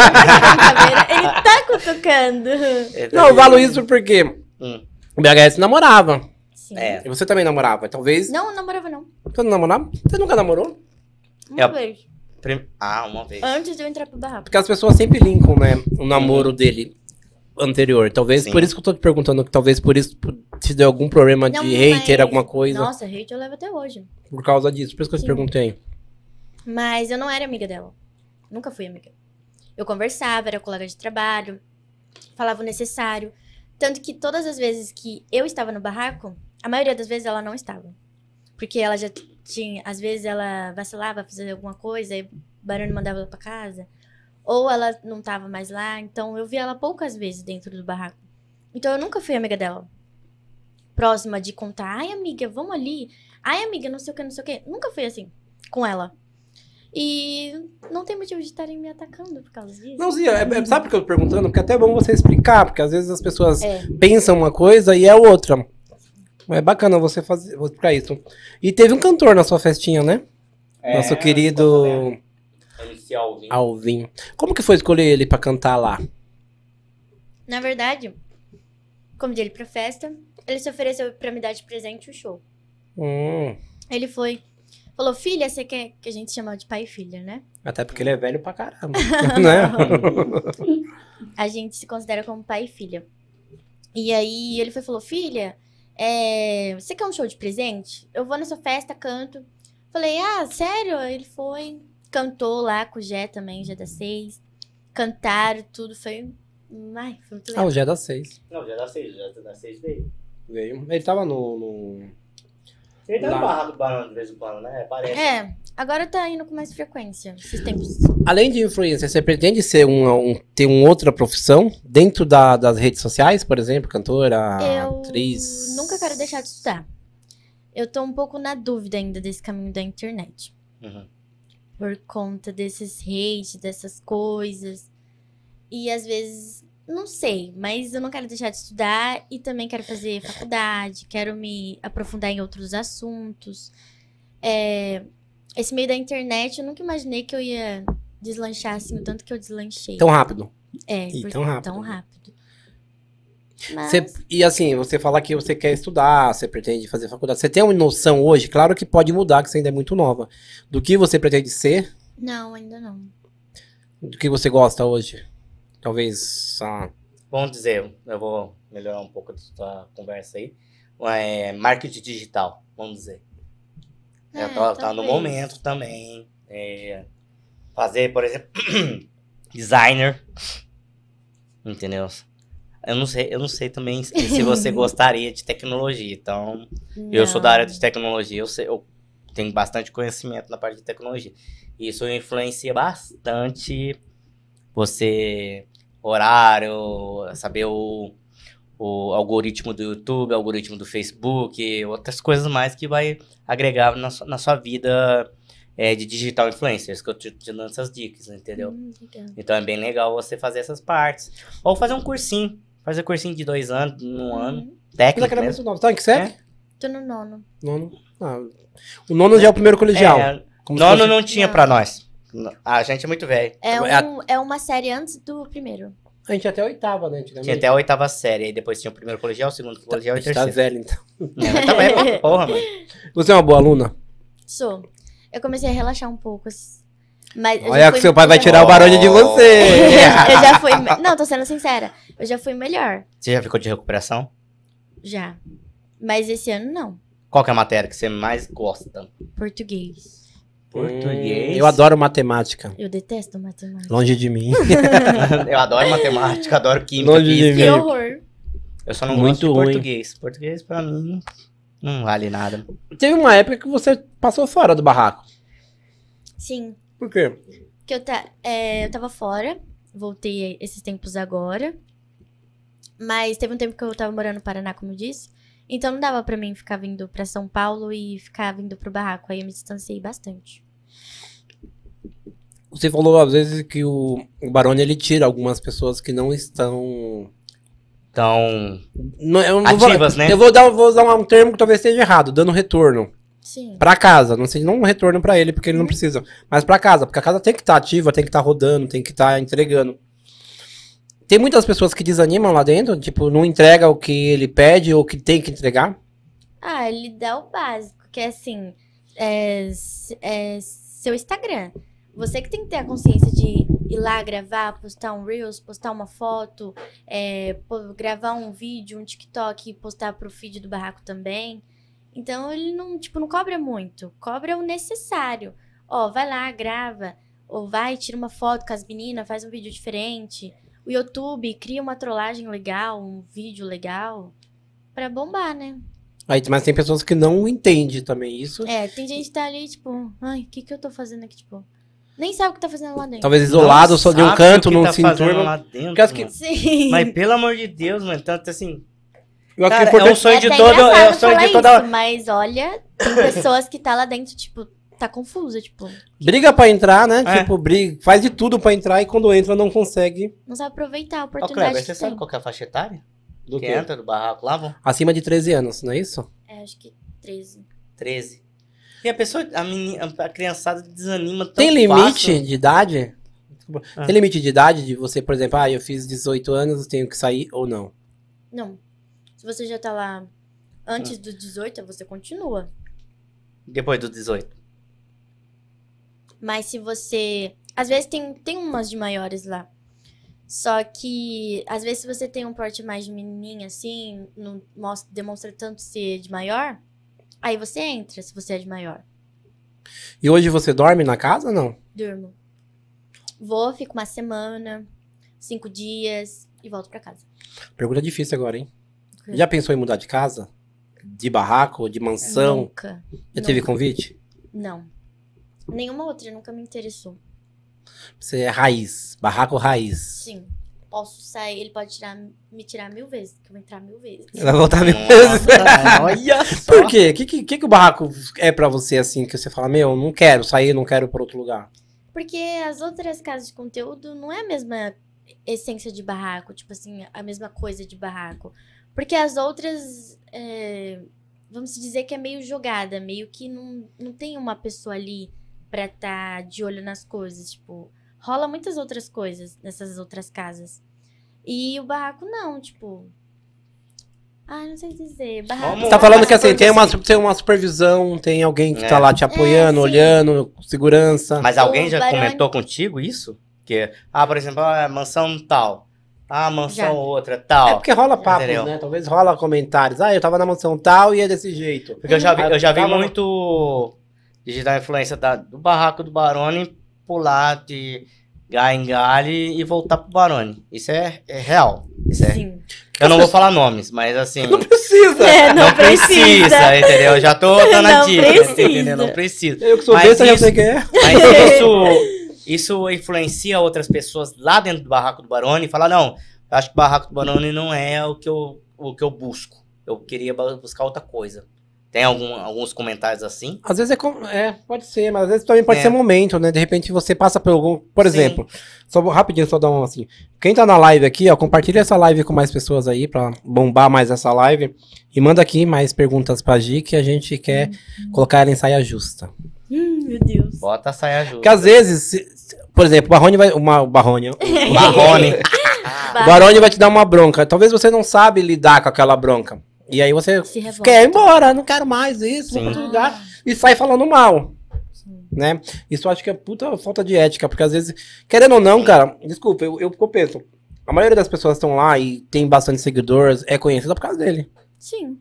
Ele tá cutucando. Não, eu falo isso porque Hum. o BHS namorava. Sim. É. E você também namorava. Talvez... Não namorava, não. Você não namorava? Você nunca namorou? Uma É. vez. Uma vez. Antes de eu entrar pro barraco. Porque as pessoas sempre linkam, né? O namoro dele anterior. Talvez Sim. por isso que eu tô te perguntando, que talvez por isso te deu algum problema Não, de hater, mas- alguma coisa. Nossa, hate eu levo até hoje. Por causa disso. Por isso que eu te Sim. perguntei. Mas eu não era amiga dela. Nunca fui amiga. Eu conversava, era colega de trabalho, falava o necessário. Tanto que todas as vezes que eu estava no barraco, a maioria das vezes ela não estava. Porque ela já tinha... Às vezes ela vacilava, fazia alguma coisa, e o Barone mandava ela pra casa. Ou ela não tava mais lá, então eu via ela poucas vezes dentro do barraco. Então eu nunca fui amiga dela. Próxima de contar, ai amiga, vamos ali. Ai amiga, não sei o que, não sei o que. Nunca fui assim, com ela. E não tem motivo de estarem me atacando por causa disso. Não, Zia, sabe por que eu tô perguntando? Porque até é bom você explicar, porque às vezes as pessoas É. pensam uma coisa e é outra. É bacana você fazer, vou explicar isso. E teve um cantor na sua festinha, né? Nosso querido Alvin. Como que foi escolher ele pra cantar lá? Na verdade, convidei ele pra festa. Ele se ofereceu pra me dar de presente o show. Ele foi... Falou, filha, você quer... Que a gente chama de pai e filha, né? Até porque ele é velho pra caramba, né? A gente se considera como pai e filha. E aí ele foi e falou, filha, você quer um show de presente? Eu vou na sua festa, canto. Falei, sério? Ele foi, cantou lá com o Jé também, Jé da 6. Cantaram, tudo, foi muito legal. O Jé da 6 Não, já dá 6 veio. veio. Ele tava no... Ele tá Lá. no Barra do Barão de vez em quando, né? Parece. Agora tá indo com mais frequência, esses tempos. Além de influencer, você pretende ser ter uma outra profissão dentro das redes sociais, por exemplo, cantora, Eu atriz? nunca quero deixar de estudar. Eu tô um pouco na dúvida ainda desse caminho da internet. Uhum. Por conta desses hate, dessas coisas. E às vezes, não sei, mas eu não quero deixar de estudar e também quero fazer faculdade, quero me aprofundar em outros assuntos. Esse meio da internet, eu nunca imaginei que eu ia deslanchar assim, o tanto que eu deslanchei. Tão rápido. Tão tão rápido. rápido. Mas, E assim, você fala que você quer estudar, você pretende fazer faculdade. Você tem uma noção hoje, claro que pode mudar, que você ainda é muito nova, do que você pretende ser, não, ainda não. do que você gosta hoje? Talvez... Vamos dizer, eu vou melhorar um pouco da sua conversa aí. Marketing digital, vamos dizer. Tá no talvez. momento também. Fazer, por exemplo, designer. Entendeu? Eu não sei também se você gostaria de tecnologia. Então, eu sou da área de tecnologia, eu tenho bastante conhecimento na parte de tecnologia. Isso influencia bastante você, horário, saber o algoritmo do YouTube, o algoritmo do Facebook, outras coisas mais que vai agregar na sua vida de digital influencers, que eu te dando essas dicas, entendeu? Legal. Então é bem legal você fazer essas partes. Ou fazer um cursinho, Fazer cursinho de 2 anos, um ano. Mas Técnico era mesmo. muito novo. Tá em que série? Tô no nono. Nono. Ah, o nono já é o primeiro colegial. Como se Nono fosse- não tinha Não. pra nós. A gente é muito velho. É uma série antes do primeiro. A gente até a oitava, né? Antigamente. Tinha até a 8ª série. Aí depois tinha o primeiro colegial, o segundo colegial A e o gente tá terceiro. velho, então. Mas tá velho pra porra, mano. Você é uma boa aluna? Sou. Eu comecei a relaxar um pouco. Mas eu Olha já que fui- seu pai eu vai já- tirar o barulho de você. Eu já fui. Não, tô sendo sincera. Eu já fui melhor. Você já ficou de recuperação? Já. Mas esse ano não. Qual que é a matéria que você mais gosta? Português. Português. Eu adoro matemática. Eu detesto matemática. Longe de mim. Eu adoro matemática, adoro química, Longe de física. mim. Que horror. Eu só não Muito gosto de ruim. português. Português pra mim não vale nada. Teve uma época que você passou fora do barraco. Sim. Por quê? Que eu tava fora. Voltei esses tempos agora. Mas teve um tempo que eu tava morando no Paraná, como eu disse. Então não dava pra mim ficar vindo pra São Paulo e ficar vindo pro barraco. Aí eu me distanciei bastante. Você falou às vezes que o Barone ele tira algumas pessoas que não estão. Então, Não, eu não ativas, né? Eu vou usar um termo que talvez esteja errado, dando retorno. Sim. Pra casa, não sei, não um retorno pra ele, porque ele não precisa, mas pra casa, porque a casa tem que estar ativa, tem que estar rodando, tem que estar entregando. Tem muitas pessoas que desanimam lá dentro, tipo, não entrega o que ele pede ou que tem que entregar. Ah, ele dá o básico, que é assim, seu Instagram. Você que tem que ter a consciência de ir lá gravar, postar um Reels, postar uma foto, gravar um vídeo, um TikTok e postar pro feed do barraco também. Então ele não cobra muito, cobra o necessário. Ó, vai lá, grava, ou vai, tira uma foto com as meninas, faz um vídeo diferente. O YouTube cria uma trollagem legal, um vídeo legal, pra bombar, né? Aí, mas tem pessoas que não entendem também isso. Tem gente que tá ali, tipo, ai, o que eu tô fazendo aqui, tipo... Nem sabe o que tá fazendo lá dentro. Talvez isolado, só de um sabe canto, o que não tá se fazendo enturma. lá dentro, Porque acho que- mano. Sim. Mas pelo amor de Deus, mano, tanto assim... Eu acho que Cara, é importante- um sonho de até todo... engraçado É o sonho de falar toda... isso, mas olha, tem pessoas que tá lá dentro, tipo, tá confusa, tipo, Briga pra entrar, né? É. Tipo, briga, faz de tudo pra entrar e quando entra não consegue. não sabe aproveitar a Ô, oportunidade Kleber, que você sabe tem. qual que é a faixa etária? Do Que quê? entra do barraco lá, vão? Acima de 13 anos, não é isso? Acho que 13. 13. E a pessoa, a criançada desanima tão Tem limite fácil. de idade? Desculpa. Ah. Tem limite de idade de você, por exemplo, eu fiz 18 anos, tenho que sair ou não? Não. Se você já tá lá antes dos 18, você continua. Depois dos 18. Mas se você... Às vezes tem umas de maiores lá. Só que, às vezes, se você tem um porte mais de menininha, assim, não demonstra tanto ser de maior, aí você entra, se você é de maior. E hoje você dorme na casa ou não? Durmo. Vou, fico uma semana, 5 dias e volto pra casa. Pergunta difícil agora, hein? Ok. Já pensou em mudar de casa? De barraco, de mansão? Nunca. Já teve Nunca. convite? Não. Nenhuma outra nunca me interessou. Você é raiz, barraco raiz. Sim. Posso sair, ele pode me tirar 1000 vezes, que eu vou entrar 1000 vezes. Vai voltar mil vezes. Nossa, olha só. Por quê? O que o barraco é pra você, assim, que você fala, meu, não quero sair, não quero ir pra outro lugar? Porque as outras casas de conteúdo não é a mesma essência de barraco, tipo assim, a mesma coisa de barraco. Porque as outras, vamos dizer que é meio jogada, meio que não tem uma pessoa ali pra tá de olho nas coisas, tipo, rola muitas outras coisas nessas outras casas. E o barraco não, tipo... não sei dizer, barraco... Vamos- Você tá falando que, assim, Mas tem uma supervisão, tem alguém que É. tá lá te apoiando, sim. olhando, segurança. Mas alguém O já Barone- comentou contigo isso? Que, por exemplo, mansão tal. Mansão Já. outra tal. É porque rola papos, Entendeu? né? Talvez rola comentários. Eu tava na mansão tal e é desse jeito. Porque eu já vi Tava- muito digital influência do barraco do Barone pular de galho em galho e voltar pro Barone. Isso é real. Isso é. Sim. Eu não vou falar nomes, mas assim. Não precisa! Não precisa, entendeu? Eu já tô dando a Não dica, precisa. entendeu? Não precisa. Eu que sou Mas besta já isso- sei quem é. Mas isso influencia outras pessoas lá dentro do barraco do Barone e falar, não, eu acho que o barraco do Barone não é o que eu busco. Eu queria buscar outra coisa. Tem alguns comentários assim? Às vezes pode ser, mas às vezes também pode ser momento, né? De repente você passa por algum. Por exemplo, rapidinho, só dar um assim. Quem tá na live aqui, ó, compartilha essa live com mais pessoas aí pra bombar mais essa live. E manda aqui mais perguntas pra Gi que a gente quer colocar ela em saia justa. Meu Deus. Bota a saia justa. Porque às vezes, por exemplo, o Barrone vai. O Barrone. O Barone vai te dar uma bronca. Talvez você não sabe lidar com aquela bronca. E aí você quer ir embora, não quero mais isso, vou pra outro lugar. E sai falando mal. Né? Isso eu acho que é puta falta de ética, porque às vezes, querendo ou não, cara, desculpa, eu penso. A maioria das pessoas que estão lá e tem bastante seguidores é conhecida por causa dele. Sim.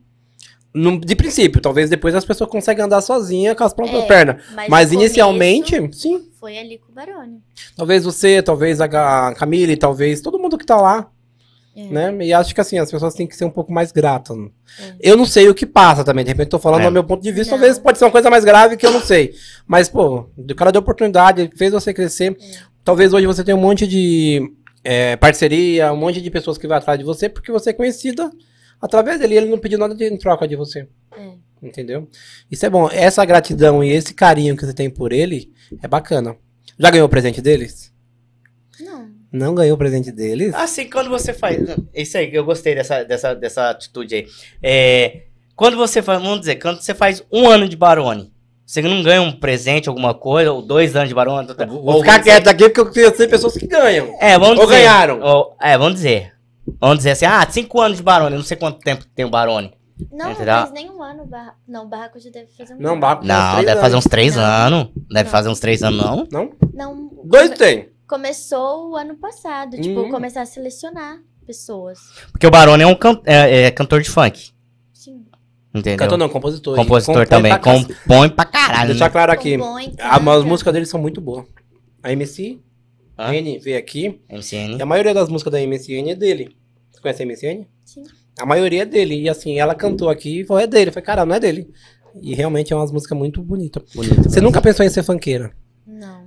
De princípio, talvez depois as pessoas conseguem andar sozinha com as próprias pernas. Mas inicialmente, sim. Foi ali com o Barone. Talvez você, talvez a Camille, talvez todo mundo que tá lá. Né? E acho que assim, as pessoas têm que ser um pouco mais gratas. Eu não sei o que passa também, de repente tô falando do meu ponto de vista, talvez pode ser uma coisa mais grave que eu não sei. Mas, pô, o cara deu oportunidade, fez você crescer. Talvez hoje você tenha um monte de parceria, um monte de pessoas que vai atrás de você, porque você é conhecida através dele. Ele não pediu nada em troca de você. Entendeu? Isso é bom. Essa gratidão e esse carinho que você tem por ele é bacana. Já ganhou o presente deles? Não. Não ganhou o presente deles? Assim, quando você faz... Isso aí, eu gostei dessa atitude aí. Quando você faz... Vamos dizer, quando você faz 1 ano de Barone, você não ganha um presente, alguma coisa, ou 2 anos de Barone... Vou ficar quieto aqui porque eu tenho pessoas que ganham. Vamos dizer... Ou ganharam. Vamos dizer. Vamos dizer assim, 5 anos de Barone, eu não sei quanto tempo tem o Barone. Não, mas nem 1 ano. Não, o Barraco já deve fazer Não, Barraco não, deve fazer uns 3 anos. Deve fazer uns 3 anos, não? Não? Não. 2 tem. Começou o ano passado, tipo, começar a selecionar pessoas. Porque o Barone é cantor de funk. Sim. Entendeu? Cantor não, compositor. Compositor também, compõe pra caralho. Deixar claro aqui, as músicas dele são muito boas. A MCN veio aqui, MCN. e a maioria das músicas da MCN é dele. Você conhece a MCN? Sim. A maioria é dele, e assim, ela cantou aqui e falou, é dele. Eu falei, cara, não é dele. E realmente é umas músicas muito bonitas. Você nunca pensou em ser funkeira? Não.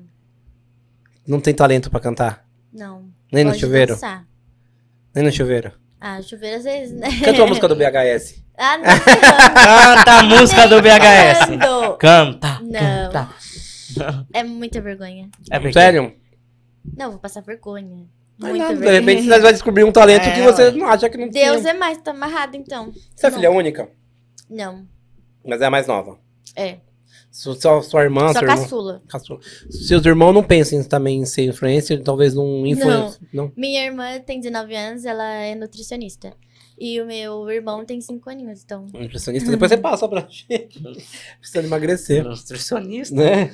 Não tem talento pra cantar? Não. Nem no chuveiro? Dançar. Nem no chuveiro? Chuveiro às vezes, né? Canta a música do BHS. Não. Canta a música do BHS. Canta. Não. Canta. É muita vergonha. Sério? Não, vou passar vergonha. Muita vergonha. De repente você vai descobrir um talento que você não acha que não tem. Deus é mais, tá amarrado então. Você é filha única? Não. Mas é a mais nova? É. Sua irmã, sua caçula. Seus irmãos não pensam também em ser influencer, talvez não influencer. Não. Minha irmã tem 19 anos, ela é nutricionista. E o meu irmão tem 5 aninhos, então... Nutricionista, depois você passa pra gente. Precisando emagrecer. Nutricionista? Né?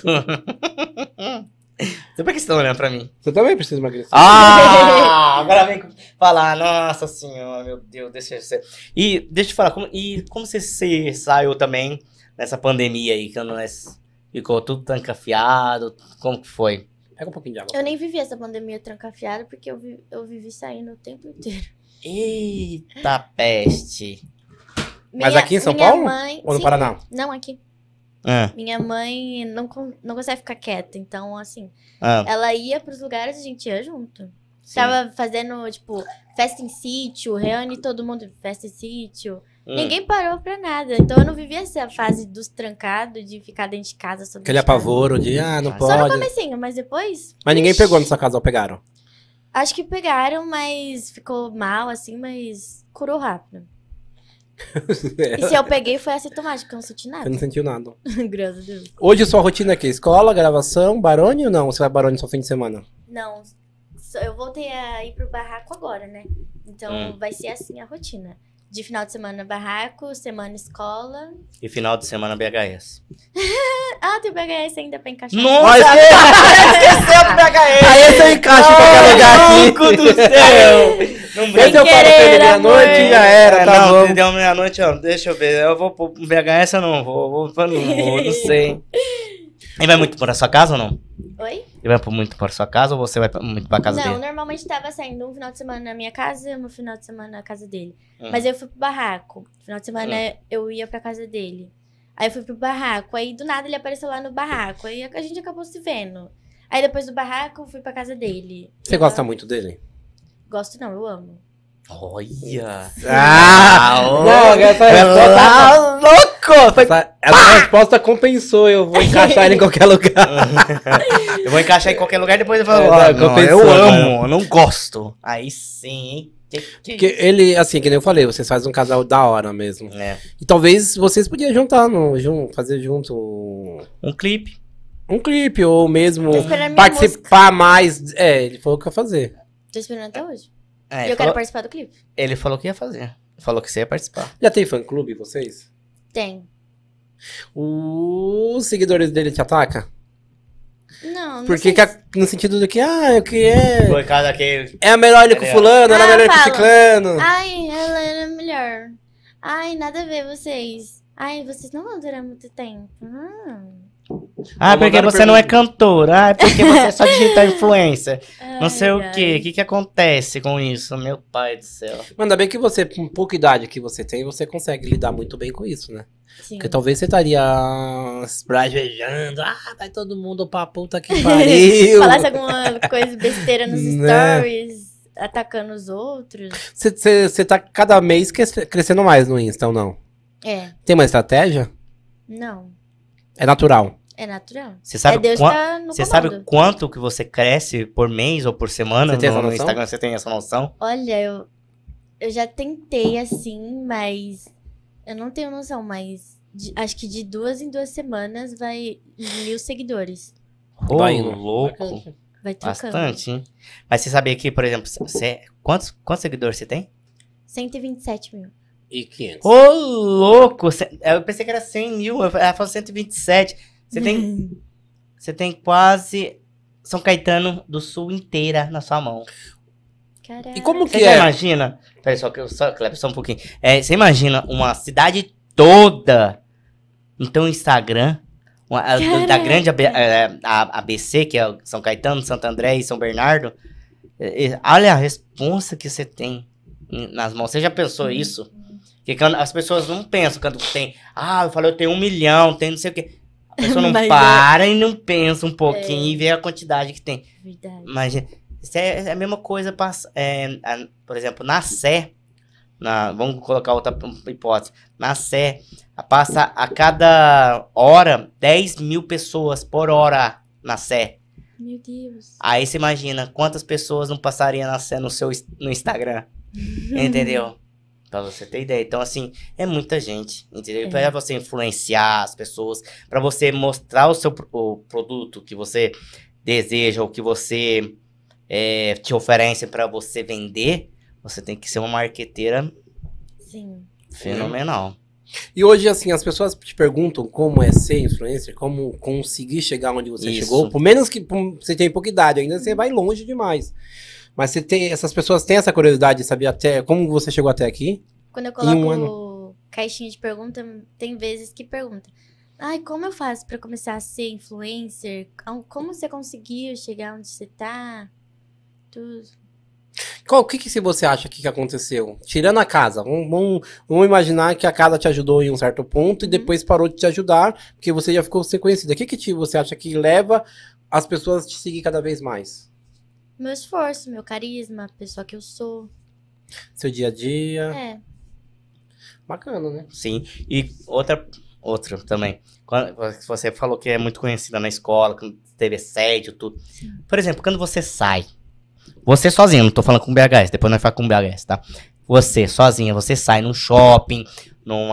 Por que você tá olhando pra mim? Você também precisa emagrecer. Agora vem falar, nossa senhora, meu Deus, deixa eu ser. E deixa eu te falar, como você saiu também nessa pandemia aí, que nós ficou tudo trancafiado, como que foi? Pega um pouquinho de água. Eu nem vivi essa pandemia trancafiada, porque eu vivi saindo o tempo inteiro. Eita peste. Mas aqui em São Paulo? Mãe, ou no Paraná? Não, aqui. Minha mãe não consegue ficar quieta, então, assim, ela ia pros lugares e a gente ia junto. Sim. Tava fazendo, tipo, festa em sítio, reúne todo mundo, festa em sítio. Ninguém parou pra nada. Então eu não vivi essa fase dos trancados, de ficar dentro de casa. Aquele apavoro de, não pode. Só no comecinho, mas depois... Mas ninguém pegou na sua casa ou pegaram? Acho que pegaram, mas ficou mal, assim, mas curou rápido. E se eu peguei, foi assintomático, eu não senti nada. Eu não senti nada. Graças a Deus. Hoje sua rotina é o quê? Escola, gravação, Barone ou não? Você vai Barone só fim de semana? Não, eu voltei a ir pro barraco agora, né? Então vai ser assim a rotina. De final de semana barraco, semana escola. E final de semana BHS. Tem o BHS ainda pra encaixar. Nossa, esqueceu o BHS! Aí esse eu encaixo em qualquer lugar aqui. Do céu! Não brinca. Eu falo pra ele meia-noite já era, tá bom. Deu meia-noite, deixa eu ver. Eu vou pro BHS ou não? Vou, não sei. Ele vai muito pra sua casa ou não? Oi? Ele vai muito pra sua casa ou você vai muito pra casa dele? Não, normalmente tava saindo um final de semana na minha casa e um final de semana na casa dele. Mas eu fui pro barraco. Final de semana eu ia pra casa dele. Aí eu fui pro barraco. Aí do nada ele apareceu lá no barraco. Aí a gente acabou se vendo. Aí depois do barraco eu fui pra casa dele. Você gosta muito dele? Gosto não, eu amo. Olha! Não, essa é louco! Foi... Essa resposta compensou, eu vou encaixar ele em qualquer lugar. Eu vou encaixar em qualquer lugar e depois eu falo, não, compensou, eu cara. amo, eu não gosto. Aí sim, hein? Porque ele, assim, que nem eu falei, vocês fazem um casal da hora mesmo. É. E talvez vocês podiam juntar, fazer junto Um clipe. um clipe, ou mesmo Tô esperando minha participar mais. Ele falou que ia fazer. Tô esperando até hoje. É, E ele, eu quero falou, participar do clipe. ele falou que ia fazer. Falou que você ia participar. Já tem fã-clube, vocês? Tem. Os seguidores dele te atacam? Não Porque sei no sentido do que, o que é? Por causa daquele... É melhor ele com fulano, ela é melhor com fala. ciclano. Ai, ela era melhor. Ai, nada a ver vocês. Ai, vocês não vão durar muito tempo. Ah, porque mandaram você não é pergunta. cantora. Ah, porque você é só digital influencer. Não sei o ai. quê. O que acontece com isso? Meu pai do céu. Mas ainda bem que você, com pouca idade que você tem, você consegue lidar muito bem com isso, né? Sim. Porque talvez você estaria esbravejando. Vai todo mundo pra puta que pariu. Falasse alguma coisa besteira nos Né? stories, atacando os outros. Você tá cada mês crescendo mais no Insta, ou não? É, Tem uma estratégia? não. É natural. É natural. Você sabe, é Deus quan- que tá no você comando. sabe quanto que você cresce por mês ou por semana Você tem essa no noção? Instagram? Você tem essa noção? Olha, eu já tentei assim, mas eu não tenho noção, mas acho que de 2 em 2 semanas vai 1.000 seguidores. Ô, Vai indo. louco. Vai trocando. Bastante, hein? Mas você sabia que, por exemplo, quantos seguidores você tem? 127 mil. E 500. Ô, louco! Eu pensei que era 100 mil, ela falou 127. Você tem quase São Caetano do Sul inteira na sua mão. Caraca. E como Você que já é? imagina? Peraí, Kleber, só um pouquinho. Você imagina uma cidade toda no teu Instagram, da Caraca. grande ABC, que é o São Caetano, Santo André e São Bernardo. Olha a responsa que você tem nas mãos. Você já pensou isso? Porque quando as pessoas não pensam quando tem. Eu falei, eu tenho 1 milhão, tem não sei o quê. A pessoa não Mas para e não pensa um pouquinho e vê a quantidade que tem. Verdade. Imagina, isso é a mesma coisa, por exemplo, na Sé, vamos colocar outra hipótese, na Sé, passa a cada hora 10 mil pessoas por hora na Sé. Meu Deus. Aí você imagina quantas pessoas não passariam na Sé no Instagram, entendeu? Pra você ter ideia. Então, assim, é muita gente, entendeu? Pra você influenciar as pessoas, pra você mostrar o produto que você deseja, ou que você te oferece pra você vender, você tem que ser uma marqueteira Sim. fenomenal. E hoje, assim, as pessoas te perguntam como é ser influencer, como conseguir chegar onde você Isso. chegou. Por menos que você tenha pouca idade, ainda você vai longe demais. Mas essas pessoas têm essa curiosidade de saber até como você chegou até aqui? Quando eu Em um coloco caixinha de pergunta, tem vezes que pergunta. Ai, como eu faço pra começar a ser influencer? Como você conseguiu chegar onde você tá? Tudo. O que se você acha que aconteceu? Tirando a casa, vamos imaginar que a casa te ajudou em um certo ponto e depois parou de te ajudar, porque você já ficou sem conhecida. O que você acha que leva as pessoas a te seguir cada vez mais? Meu esforço, meu carisma, a pessoa que eu sou. Seu dia a dia. É. Bacana, né? Sim. E outra também. Quando você falou que é muito conhecida na escola, quando teve assédio, tudo. Por exemplo, quando você sai, você sozinho, não tô falando com BHS, depois nós falamos com BHS, tá? Você sozinha, você sai num shopping, num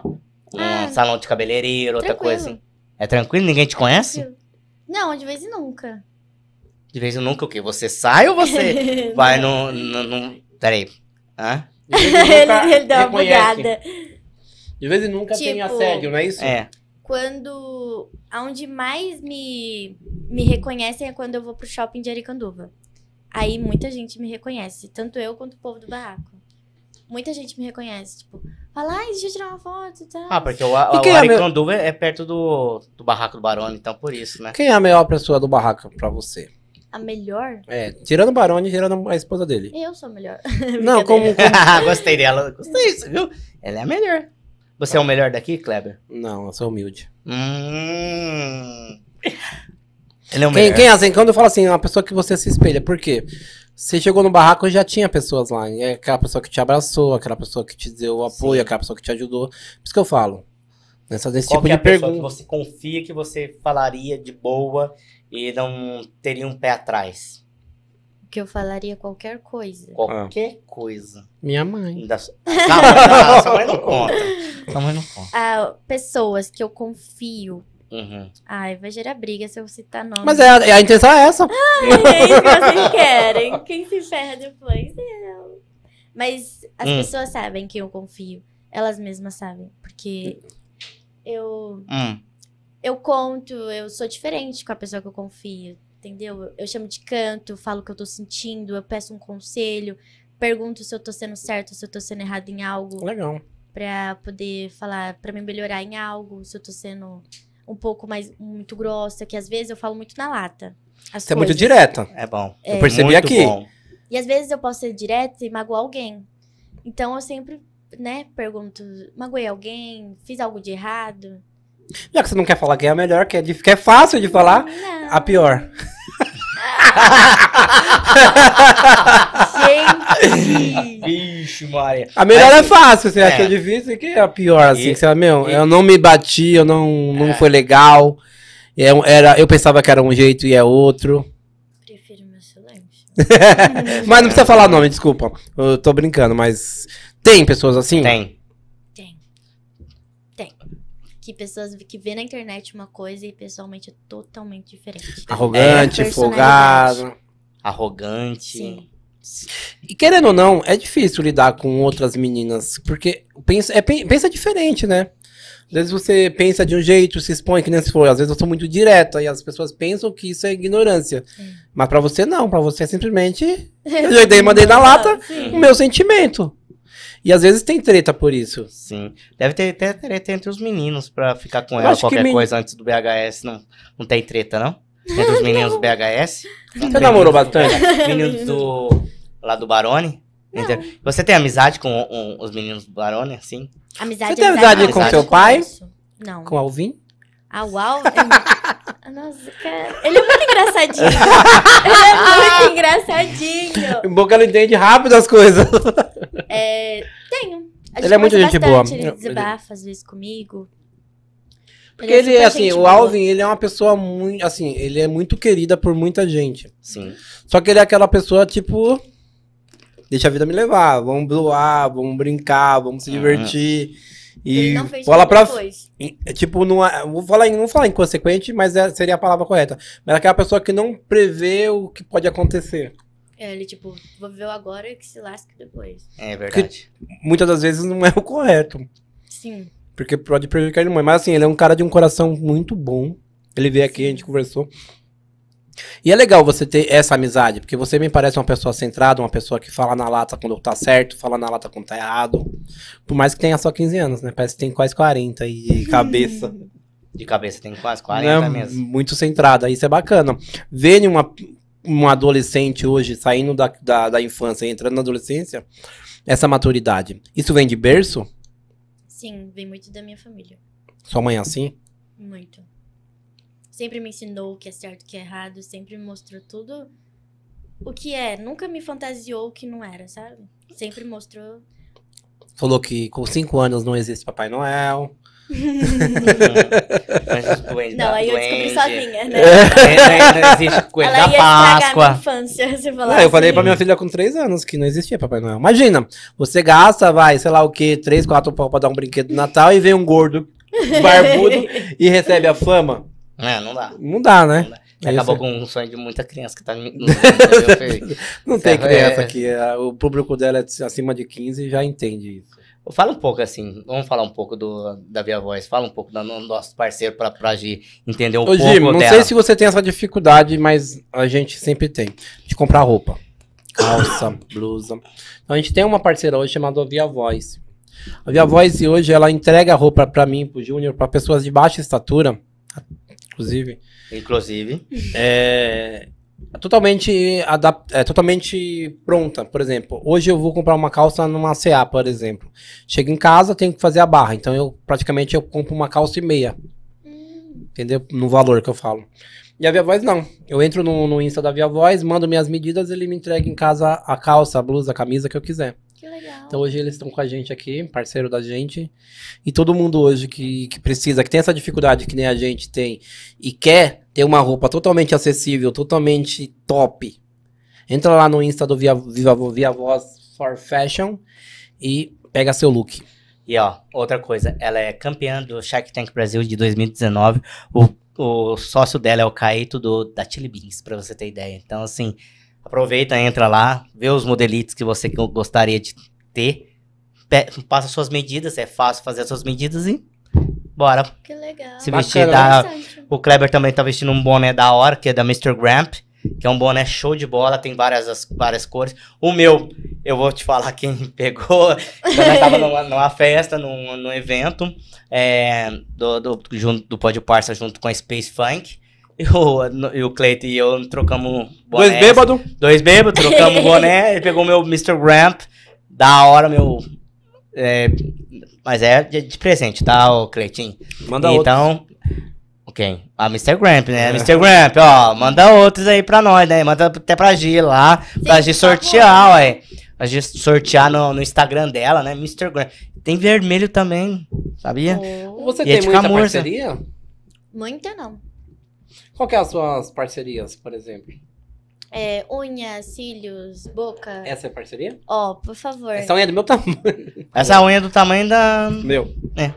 salão de cabeleireiro, outra Tranquilo. coisa assim. É tranquilo? Ninguém te conhece? Tranquilo. Não, de vez em nunca. De vez em nunca o quê? Você sai ou você vai no... Peraí. Hã? ele deu uma bugada. De vez em nunca tem Tipo, assédio, não é isso? É. Quando... Aonde mais me reconhecem é quando eu vou pro shopping de Aricanduva. Aí muita gente me reconhece. Tanto eu quanto o povo do barraco. Muita gente me reconhece. Tipo, fala, ai, deixa eu tirar uma foto e tal. Porque o quem é Aricanduva é perto do Barraco do Barone, então por isso, né? Quem é a melhor pessoa do barraco pra você? A melhor? Tirando o Barone e tirando a esposa dele. Eu sou a melhor. Não, como... Gostei dela. Gostei, você viu? Ela é a melhor. Você é o melhor daqui, Kleber? Não, eu sou humilde. Ele é o melhor. Quem assim, quando eu falo assim, uma pessoa que você se espelha, por quê? Você chegou no barraco e já tinha pessoas lá. É aquela pessoa que te abraçou, aquela pessoa que te deu o apoio, Sim. aquela pessoa que te ajudou. Por isso que eu falo. Nesse Qual tipo que é de a pessoa que pergunta. você confia que você falaria de boa e não teria um pé atrás? Que eu falaria qualquer coisa. Qualquer coisa. Minha mãe. Sua mãe não conta. Sua mãe não conta. Ah, pessoas que eu confio. Uhum. Ai, vai gerar briga se eu citar nome. Mas a intenção é essa. É isso que vocês querem. Quem se ferra depois? Eu. Mas as pessoas sabem que eu confio. Elas mesmas sabem. Porque eu conto, eu sou diferente com a pessoa que eu confio. Entendeu? Eu chamo de canto, falo o que eu tô sentindo, eu peço um conselho, pergunto se eu tô sendo certo, se eu tô sendo errado em algo. Legal. Pra poder falar, pra me melhorar em algo, se eu tô sendo um pouco mais, muito grossa, que às vezes eu falo muito na lata. Você é muito direta. É bom. Eu percebi Muito aqui. bom. E às vezes eu posso ser direta e magoar alguém. Então eu sempre, né, pergunto, magoei alguém? Fiz algo de errado? Já que você não quer falar quem é a melhor, que é fácil de falar, Não. a pior. Gente! Vixe, Maria. A melhor Mas, é fácil, você é. acha difícil, que é a pior, assim, E- que você fala, meu, e- eu não me bati, eu não foi legal, eu pensava que era um jeito e é outro. Prefiro meu silêncio. Mas não precisa falar nome, desculpa, eu tô brincando, mas tem pessoas assim? Tem. Tem. Que pessoas que vê na internet uma coisa e pessoalmente é totalmente diferente. Arrogante, personalidade. folgado. Arrogante. Sim. E querendo ou não, é difícil lidar com outras meninas, porque pensa diferente, né? Às vezes você pensa de um jeito, se expõe, que nem se for. Às vezes eu sou muito direta e as pessoas pensam que isso é ignorância. Mas pra você não, pra você é simplesmente eu joguei, mandei na lata Sim. o meu sentimento. E às vezes tem treta por isso. Sim. Deve ter treta entre os meninos pra ficar com Eu ela acho que qualquer coisa antes do BHS. Não tem treta, não? Entre os meninos do BHS? Você namorou bastante? Meninos lá do Barone? Você tem amizade com os meninos do Barone, assim? Amizade, Você tem amizade com eu seu pai? converso. Não. Com o Alvin? Ah, uau. Nossa, cara. Ele é muito engraçadinho. Ele é muito engraçadinho. Bom que ela entende rápido as coisas. Tenho. A Ele é muito conversa gente bastante, boa. Ele desabafa às vezes comigo. Porque ele é super assim, gente o boa. Alvin, ele é uma pessoa muito, assim, ele é muito querida por muita gente. Sim. Só que ele é aquela pessoa, tipo, deixa a vida me levar, vamos bloar, vamos brincar, vamos se divertir. E Ele não fez bola isso pra depois. tipo, não, vou falar, não falar inconsequente, mas seria a palavra correta. Mas é aquela pessoa que não prevê o que pode acontecer. Ele, tipo, vou ver o agora e que se lasque depois. É verdade. Muitas das vezes não é o correto. Sim. Porque pode prejudicar ele muito. Mas assim, ele é um cara de um coração muito bom. Ele veio aqui, a gente conversou. E é legal você ter essa amizade, porque você me parece uma pessoa centrada, uma pessoa que fala na lata quando tá certo, fala na lata quando tá errado. Por mais que tenha só 15 anos, né? Parece que tem quase 40 e de cabeça. De cabeça tem quase 40 Né? mesmo. Muito centrada, isso é bacana. Ver uma adolescente hoje saindo da infância e entrando na adolescência, essa maturidade. Isso vem de berço? Sim, vem muito da minha família. Sua mãe é assim? Muito. Sempre me ensinou o que é certo e o que é errado. Sempre me mostrou tudo o que é. Nunca me fantasiou o que não era, sabe? Sempre mostrou. Falou que com 5 anos não existe Papai Noel. Não, aí eu descobri sozinha, né? Não existe coisa Ela da ia estragar a minha Páscoa. infância, se Ah, falar eu falei assim. pra minha filha com 3 anos que não existia Papai Noel. Imagina, você gasta, sei lá o quê, 3, 4 pau pra dar um brinquedo de Natal e vem um gordo, barbudo e recebe a fama. É, não dá. Não dá, né? Não dá. É Acabou isso. com um sonho de muita criança que tá no entendeu? Não tem É. criança aqui. O público dela é acima de 15 e já entende isso. Fala um pouco assim, vamos falar um pouco da Via Voz, fala um pouco do nosso parceiro pra gente entender um Ô, pouco Gi, não dela. sei se você tem essa dificuldade, mas a gente sempre tem. De comprar roupa. Calça, blusa. Então a gente tem uma parceira hoje chamada Via Voice. A Via Voice hoje, ela entrega roupa pra mim, pro Júnior, pra pessoas de baixa estatura, inclusive. É totalmente pronta. Por exemplo, hoje eu vou comprar uma calça numa CA, por exemplo. Chego em casa, tenho que fazer a barra. Então eu compro uma calça e meia. Entendeu? No valor que eu falo. E a Via Voz não. Eu entro no Insta da Via Voz, mando minhas medidas, ele me entrega em casa a calça, a blusa, a camisa que eu quiser. Que legal. Então hoje eles estão com a gente aqui, parceiro da gente. E todo mundo hoje que precisa, que tem essa dificuldade que nem a gente tem e quer ter uma roupa totalmente acessível, totalmente top. Entra lá no Insta do Via Voz for Fashion e pega seu look. E ó, outra coisa, ela é campeã do Shark Tank Brasil de 2019. O sócio dela é o Caíto da Chili Beans, pra você ter ideia. Então, assim, aproveita, entra lá, vê os modelitos que você gostaria de ter, passa suas medidas, é fácil fazer as suas medidas e bora. Que legal. Se vestir Bacana, O Kleber também tá vestindo um boné da hora, que é da Mr. Gramp, que é um boné show de bola, tem várias cores. O meu, eu vou te falar quem pegou, quando eu tava numa festa, num evento, do Pode Parça junto com a Space Funk, e o Cleiton e eu trocamos boné. Dois bêbados, trocamos boné, ele pegou o meu Mr. Gramp, da hora, meu... mas é de presente, tá, ô Cleitinho? Manda então, ok. A Mr. Gramp, né? Mr. Gramp, ó, manda outros aí pra nós, né? Manda até pra Gi lá, pra Gi sortear, ué. Pra Gi sortear no Instagram dela, né? Mr. Gramp. Tem vermelho também, sabia? Você E tem é de muita camurça. parceria? Muita não. Qual que é as suas parcerias, por exemplo? Unha, cílios, boca. Essa é parceria? Ó, por favor. Essa unha é do meu tamanho. Essa unha é do tamanho da... Meu.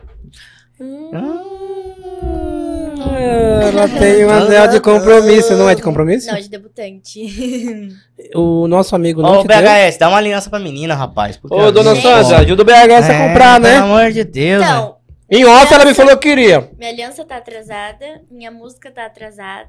Hum. Ela tem um anel de compromisso, não é de compromisso? Não, de debutante. O nosso amigo não Ô, te deu? BHS, dá uma aliança pra menina, rapaz. porque Ô, dona gente, Sandra, ó, ajuda o BHS a comprar, né? Pelo amor de Deus, né? Então, Em off ela me falou que queria. minha aliança tá atrasada, minha música tá atrasada.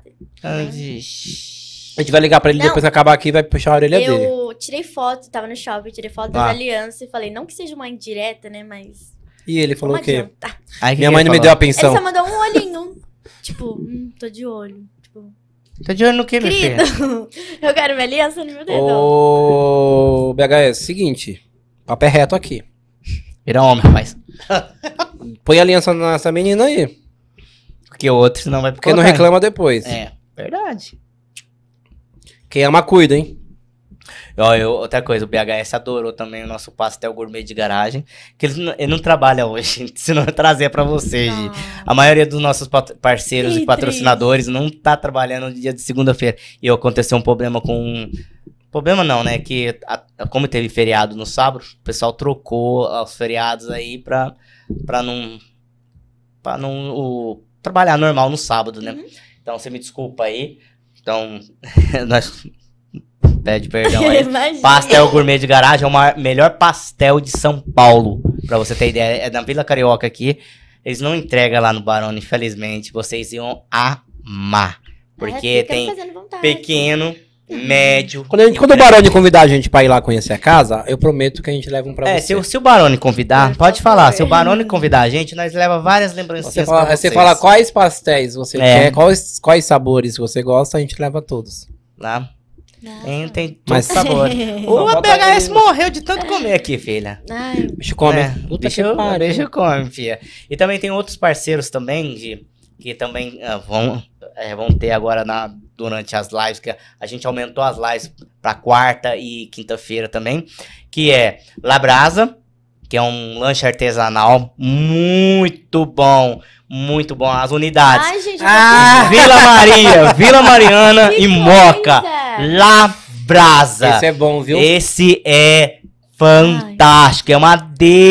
A gente vai ligar pra ele Não. depois que acabar aqui e vai puxar a orelha dele. Eu tirei foto, tava no shopping, tirei foto das alianças e falei, não que seja uma indireta, né, mas... E ele falou Não o quê? adianta. Aí, Minha que mãe ele não me falou? deu a Ele pensão. só mandou um olhinho. Tipo, tô de olho. Tipo, Tá de olho no que, meu filho? querido, eu quero minha aliança no meu dedo. Ô, BHS, seguinte. Papo é reto aqui. Vira homem, rapaz. Põe a aliança nessa menina aí. Porque o outro não vai Porque não reclama depois. É, verdade. Quem ama, cuida, hein? Ó, outra coisa, o BHS adorou também o nosso pastel gourmet de garagem, que ele não trabalha hoje, senão eu trazer pra vocês. Gi. A maioria dos nossos parceiros Que e patrocinadores não tá trabalhando no dia de segunda-feira. E aconteceu um problema com... Problema não, né? Que como teve feriado no sábado, o pessoal trocou os feriados aí pra não trabalhar normal no sábado, né? Uhum. Então você me desculpa aí. Então, nós pede perdão aí. Imagina. Pastel gourmet de garagem é o melhor pastel de São Paulo. Pra você ter ideia, é na Vila Carioca aqui. Eles não entregam lá no Barone, infelizmente. Vocês iam amar. Porque Fica tem fazendo vontade. pequeno, médio. Quando o Barone convidar a gente pra ir lá conhecer a casa, eu prometo que a gente leva um pra você. Se o Barone convidar, Por pode favor. falar. Se o Barone convidar a gente, nós leva várias lembrancinhas pra vocês. Você fala quais pastéis você quer, quais sabores você gosta, a gente leva todos. Tá? Nossa. Tem todos Mas- os sabores. O Bota BHS aí. morreu de tanto comer aqui, filha. Ai, Bicho come. É, Puta que pariu. bicho come, filha. E também tem outros parceiros também, que também vão ter agora durante as lives, que a gente aumentou as lives pra quarta e quinta-feira também, que é Labrasa, que é um lanche artesanal muito bom, as unidades. ai gente, eu Vila Mariana Que e Moca. coisa! Labrasa. Esse é bom, viu? Esse é fantástico, é uma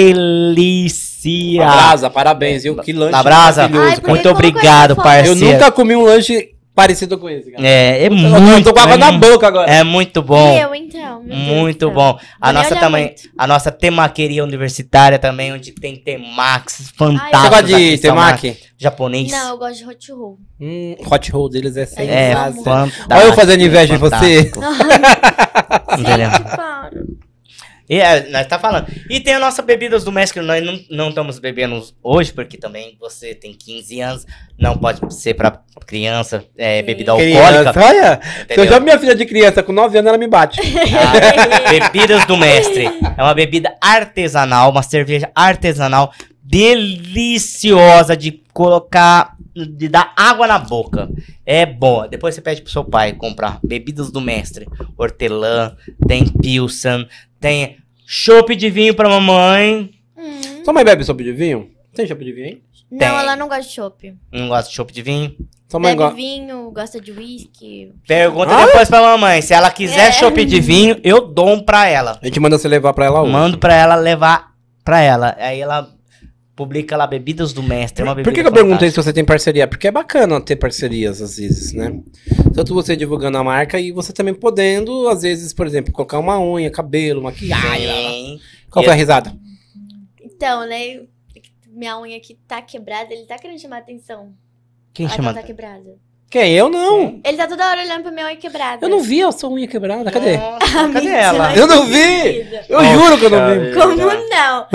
delícia. Labrasa, parabéns, viu? Que lanche Labrasa, maravilhoso, Ai, por cara. que muito colocou obrigado, essa foto? Eu parceiro. nunca comi um lanche parecido com esse, cara. É Eu muito. tô com água na boca agora. É muito bom. E eu então, meu Deus Muito do céu. bom. A Vou nem nossa olhar também, muito. a nossa temaqueria universitária também, onde tem temax fantásticos. Você gosta de aqui em São Marcos. temaki? Japonês. Não, eu gosto de hot roll. Hot roll deles é É sensacional. fantástico. Olha eu fazendo inveja em você. fantástico. Entendeu? Gente, para. E nós tá falando. E tem a nossa bebidas do mestre, nós não estamos bebendo hoje, porque também você tem 15 anos, não pode ser pra criança, bebida alcoólica. Criança, olha. Se eu Entendeu? chamo minha filha de criança com 9 anos, ela me bate. Ah, bebidas do mestre. É uma bebida artesanal, uma cerveja artesanal deliciosa de colocar, de dar água na boca. É boa. Depois você pede pro seu pai comprar bebidas do mestre. Hortelã, tem Pilsen, tem Chopp de vinho pra mamãe. Sua mãe bebe chopp de vinho? Tem chopp de vinho aí? Não, Tem. ela não gosta de chopp. Não gosta de chopp de vinho? Sua mãe Bebe gosta. vinho, gosta de uísque. Pergunta Ah? depois pra mamãe. Se ela quiser chopp de vinho, eu dou um pra ela. A gente manda você levar pra ela hoje. Mando pra ela levar pra ela. Aí ela publica lá Bebidas do Mestre. É uma Por bebida que eu perguntei se fantástica. você tem parceria? Porque é bacana ter parcerias, às vezes, né? Tanto você divulgando a marca e você também podendo, às vezes, por exemplo, colocar uma unha, cabelo, maquiagem. Sim. Qual foi a risada? Então, né? Minha unha aqui tá quebrada, ele tá querendo chamar a atenção. Quem Ela chama? tá quebrada. Quem? Eu não. Ele tá toda hora olhando pra minha unha quebrada. Eu não vi a sua unha quebrada. Cadê? Nossa, cadê Mentira. ela? Eu não vi! Querida. Eu juro que eu não vi. Como não?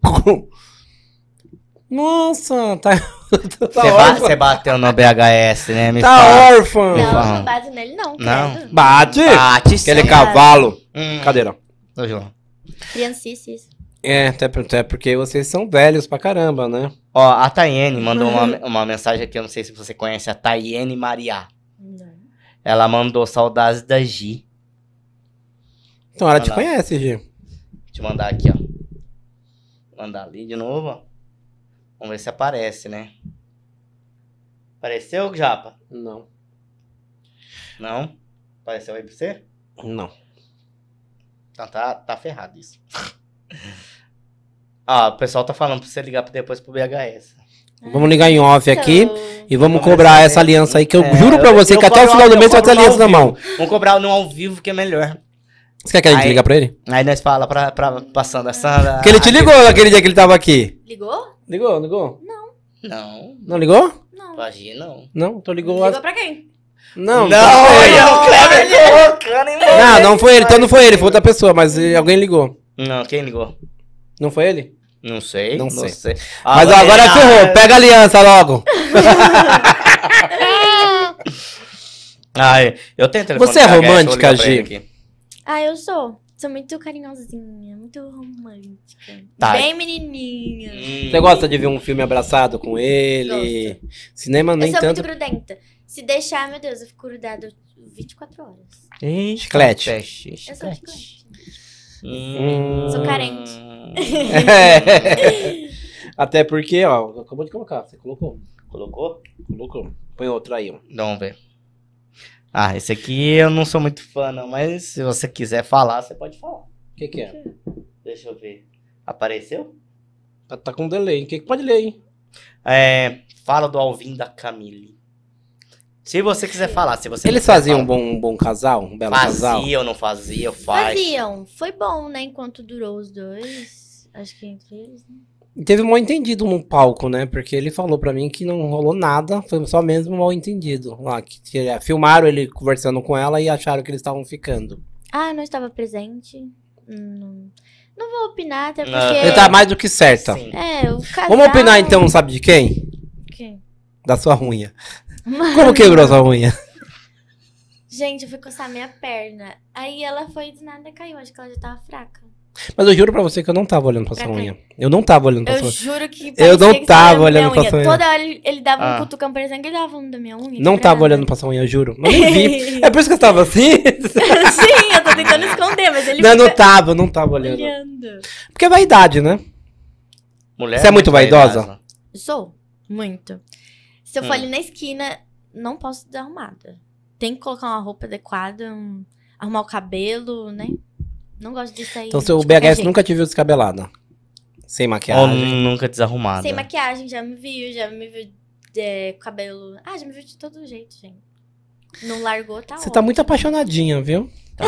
Nossa, tá. Você bateu no BHS, né? Me Tá fala. órfã. Não, fala. não bate nele, não. Não. credo. Bate! Bate Aquele sim. cavalo. Hum. Cadeira. Ô, João. Criancice, isso. É, até porque vocês são velhos pra caramba, né? Ó, a Tayene mandou uma mensagem aqui, eu não sei se você conhece a Tayene Maria. Não. Ela mandou saudades da Gi. Então ela Olha te lá. conhece, Gi. Deixa eu mandar aqui, ó. Mandar ali de novo, ó. Vamos ver se aparece, né? Apareceu, Japa? Não. Não? Apareceu aí pra você? Não. Então tá ferrado isso. Ah, o pessoal tá falando pra você ligar depois pro BHS. Vamos ligar em off aqui Então, e vamos Vamos cobrar ver se essa é- aliança aí, que eu É, juro pra você que até o cobro final do eu mês vai ter cobro aliança no na ao mão. vivo. Vamos cobrar no ao vivo que é melhor. Você quer que a gente Aí- liga pra ele? Aí nós fala pra Sandra. Sandra. Porque ele te ligou naquele dia que ele tava aqui. ligou? Ligou? Não, Não ligou? Não. pra Gi não. Não, então ligou. Ligou pra quem? Não, Não, foi ele. olha o Kleber colocando em Não foi ele, então não foi ele, foi outra pessoa, mas alguém ligou. Não, quem ligou? Não foi ele? Não sei. Não sei. Ah, Mas agora não. ferrou, pega a aliança logo. Ai, eu tenho telefone Você é do BHS, eu vou romântica, ligar pra ele Gi? aqui. Ah, eu sou. Sou muito carinhosinha, muito romântica. Tá. Bem menininha. Você gosta de ver um filme abraçado com ele? Cinema Eu nem sou tanto. muito grudenta. Se deixar, meu Deus, eu fico grudada 24 horas. Chiclete. Eu sou chiclete. Hum. Sou carente. É. Até porque, ó, acabou de colocar. Você colocou? Colocou? Colocou. Põe outro aí, ó. Vamos ver. Ah, esse aqui eu não sou muito fã, não. Mas se você quiser falar, você pode falar. O que é? Deixa eu ver. Apareceu? Tá com delay. O que pode ler, hein? Fala do Alvin da Camille. Se você quiser falar, se você Eles não quiser faziam falar. um bom casal? Um belo casal? Fazia ou não fazia, faz. Faziam. Foi bom, né? Enquanto durou os dois. Acho que entre eles, né? E teve um mal entendido no palco, né? Porque ele falou pra mim que não rolou nada, foi só mesmo mal entendido. Lá, que filmaram ele conversando com ela e acharam que eles estavam ficando. Ah, eu não estava presente. Não vou opinar, até Não. porque... Ele tá mais do que certa. Sim. O casal... Vamos opinar então, sabe de quem? Quem? Da sua unha. Como quebrou sua unha? Gente, eu fui coçar minha perna. Aí ela foi do nada caiu. Acho que ela já tava fraca. Mas eu juro pra você que eu não tava olhando pra Pra sua quem? unha. Eu não tava olhando pra Eu sua unha. juro que Eu não parecia que tava tava olhando pra minha sua unha. Toda hora ele dava Ah. um cutucão parecendo que ele tava falando da minha unha. Não tava olhando pra sua unha, eu juro. Mas nem vi. É por isso que eu tava assim? Sim, eu tô tentando esconder, mas ele Não, fica eu não tava olhando. olhando. Porque é vaidade, né? Mulher Você é muito vaidosa? Sou, muito. Se eu for Hum. ali na esquina, não posso ir desarrumada. Tem que colocar uma roupa adequada, arrumar o cabelo, né? Não gosto de sair. Então seu de qualquer BHS jeito. nunca te viu descabelada. Sem Ou maquiagem. nunca desarrumada. Sem maquiagem, já me viu com cabelo. Ah, já me viu de todo jeito, gente. Não largou, tá Você tá muito apaixonadinha, viu? Tá,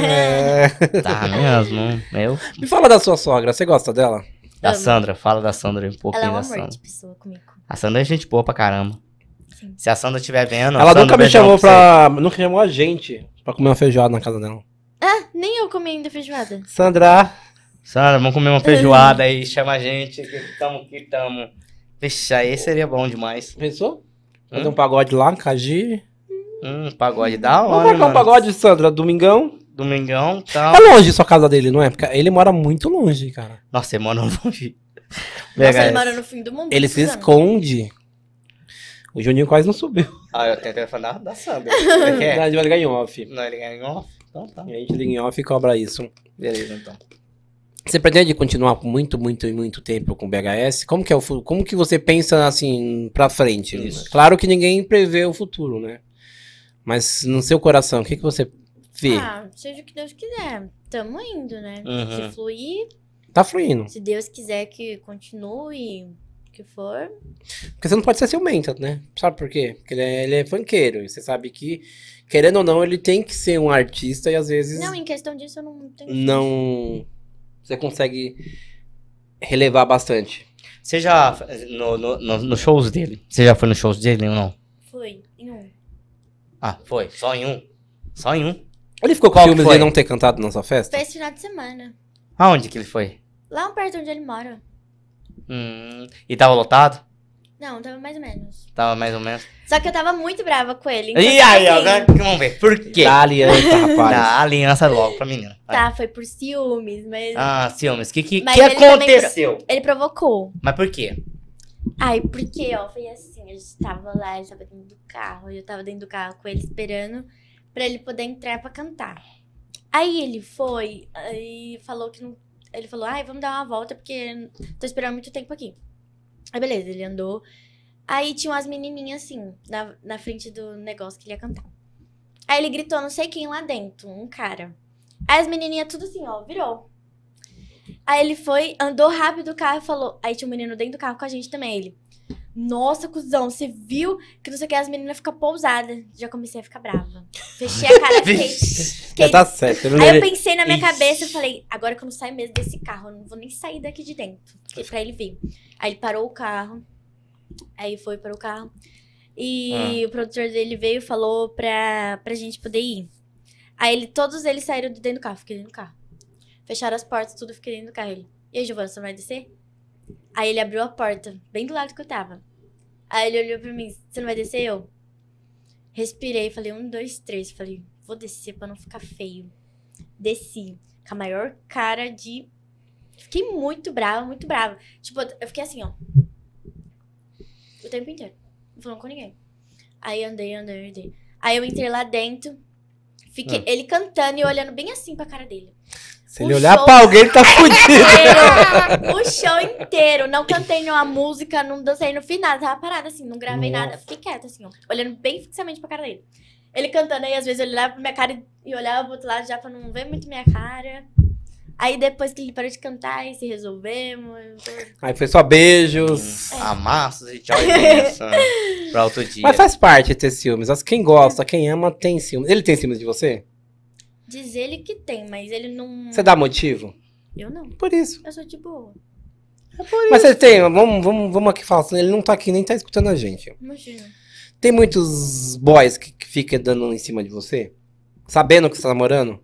É. tá mesmo. Eu. Me fala da sua sogra, você gosta dela? Da Amo. Sandra, fala da Sandra um Ela pouquinho é um da amor Sandra. de pessoa comigo. A Sandra é gente boa pra caramba. Sim. Se a Sandra estiver vendo. Ela Sandra, nunca me beijão chamou você. nunca chamou a gente pra comer uma feijoada na casa dela. Ah, nem eu comi ainda feijoada. Sandra, Sandra, vamos comer uma feijoada aí, chama a gente, que tamo. Vixe, aí seria bom demais. pensou? Fazer um pagode lá, Caji. Pagode da hora, Vamos marcar um mano. pagode, Sandra, domingão. Domingão, tal. É longe sua casa dele, não é? Porque ele mora muito longe, cara. Nossa, você mora longe. Nossa, VHS. ele mora no fim do mundo. Ele se Suzana. esconde. O Juninho quase não subiu. Ah, eu tenho o telefone da Sandra. Você A quer? gente vai ligar em off. Não, ele ganhou? Então tá. A gente liga em off e cobra isso. Beleza, então. Você pretende continuar por muito tempo com o BHS? Como que é como que você pensa assim pra frente? Isso. Claro que ninguém prevê o futuro, né? Mas no seu coração, o que você vê? Ah, seja o que Deus quiser. Tamo indo, né? Uhum. Se fluir, Tá fluindo. se Deus quiser que continue, o que for. Porque você não pode ser ciumenta, né? Sabe por quê? Porque ele é funkeiro. E você sabe que, querendo ou não, ele tem que ser um artista e às vezes Não, em questão disso eu não tenho. não... Você consegue relevar bastante. Você já, no shows dele, você já foi nos shows dele ou não? Fui, em um. Ah, foi, só em um. Só em um. Ele ficou com Qual que ciúmes foi? de não ter cantado na sua festa? Foi esse final de semana. Aonde que ele foi? Lá perto onde ele mora. E tava lotado? Não, tava mais ou menos. Tava mais ou menos. Só que eu tava muito brava com ele. Então, E aí, assim, agora vamos ver. Por quê? Dá aliança, rapaz. Dá aliança logo pra menina. Vai. Tá, foi por ciúmes, mas Ah, ciúmes. O que Mas ele aconteceu? ele provocou. Mas por quê? Ai, porque, ó, foi assim, a gente tava lá, ele tava dentro do carro, e eu tava dentro do carro com ele esperando pra ele poder entrar pra cantar. Aí ele foi e falou que não. Ele falou, ai, vamos dar uma volta porque tô esperando muito tempo aqui. Aí beleza, ele andou. Aí tinha umas menininhas assim, na frente do negócio que ele ia cantar. Aí ele gritou, não sei quem lá dentro, um cara. Aí as menininhas tudo assim, ó, virou. Aí ele foi, andou rápido o carro e falou. Aí tinha um menino dentro do carro com a gente também. Ele, nossa, cuzão, você viu que não sei o que, as meninas ficam pousadas. Já comecei a ficar brava. Fechei a cara, fiquei. Já tá certo. Aí eu pensei na minha Ixi. cabeça e falei, agora que eu não saio mesmo desse carro, eu não vou nem sair daqui de dentro. Pra ele vir. Aí ele parou o carro. Aí foi para o carro. E o produtor dele veio e falou pra gente poder ir. Aí todos eles saíram de dentro do carro, fiquei dentro do carro. Fecharam as portas, tudo, fiquei dentro do carro. Ele, e aí, Giovana, você não vai descer? Aí ele abriu a porta, bem do lado que eu tava. Aí ele olhou pra mim, você não vai descer? Eu respirei, falei, 1, 2, 3. Falei, vou descer pra não ficar feio. Desci, com a maior cara de... Fiquei muito brava, muito brava. Tipo, eu fiquei assim, ó. O tempo inteiro. Não falando com ninguém. Aí andei. Aí eu entrei lá dentro. Fiquei ele cantando e eu olhando bem assim pra cara dele. Se ele olhar pra alguém, ele tá fudido. O show inteiro. Não cantei nenhuma música, não dancei no final. Tava parada assim, não gravei nada. Fiquei quieta assim, ó. Olhando bem fixamente pra cara dele. Ele cantando aí, às vezes eu olhava pra minha cara e olhava pro outro lado já pra não ver muito minha cara. Aí depois que ele parou de cantar, aí se resolvemos. Aí foi só beijos. Amassos e tchau e benção pra outro dia. Mas faz parte ter ciúmes. Quem gosta, quem ama, tem ciúmes. Ele tem ciúmes de você? Diz ele que tem, mas ele não... Você dá motivo? Eu não. Por isso. Eu sou de boa. Mas você tem, vamos aqui falar assim, ele não tá aqui nem tá escutando a gente. Imagina. Tem muitos boys que ficam dando em cima de você? Sabendo que você tá namorando?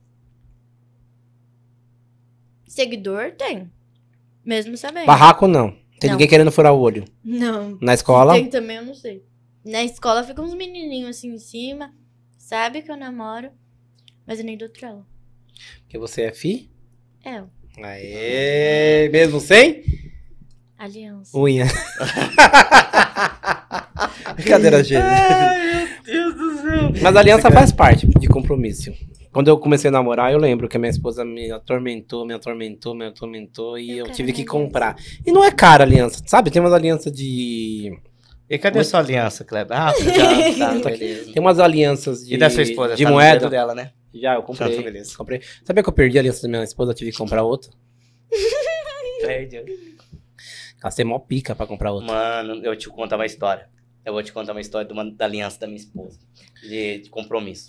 Seguidor tem. Mesmo sabendo. Barraco não. Tem Não. ninguém querendo furar o olho. Não. Na escola? Tem também, eu não sei. Na escola ficam uns menininhos assim em cima. Sabe que eu namoro. Mas eu nem dou trela. Porque você é fi? É, Aê, mesmo sem? aliança. Unha. Brincadeira, gente. Ai, meu Deus do céu. Mas a aliança faz parte de compromisso. Quando eu comecei a namorar, eu lembro que a minha esposa me atormentou e Eu eu quero tive que minha comprar. E não é cara a aliança, sabe? Tem umas alianças de... E cadê sua aliança, Kleber? Ah, já tá, beleza. Tem umas alianças de... E da sua esposa? De Tá no moeda. dedo dela, né? Já, eu comprei. Tá, beleza. Comprei. Sabia que eu perdi a aliança da minha esposa? Eu tive que comprar outra. Gastei mó pica pra comprar outra. Mano, eu vou te contar uma história. Eu vou te contar uma história da aliança da minha esposa. De compromisso.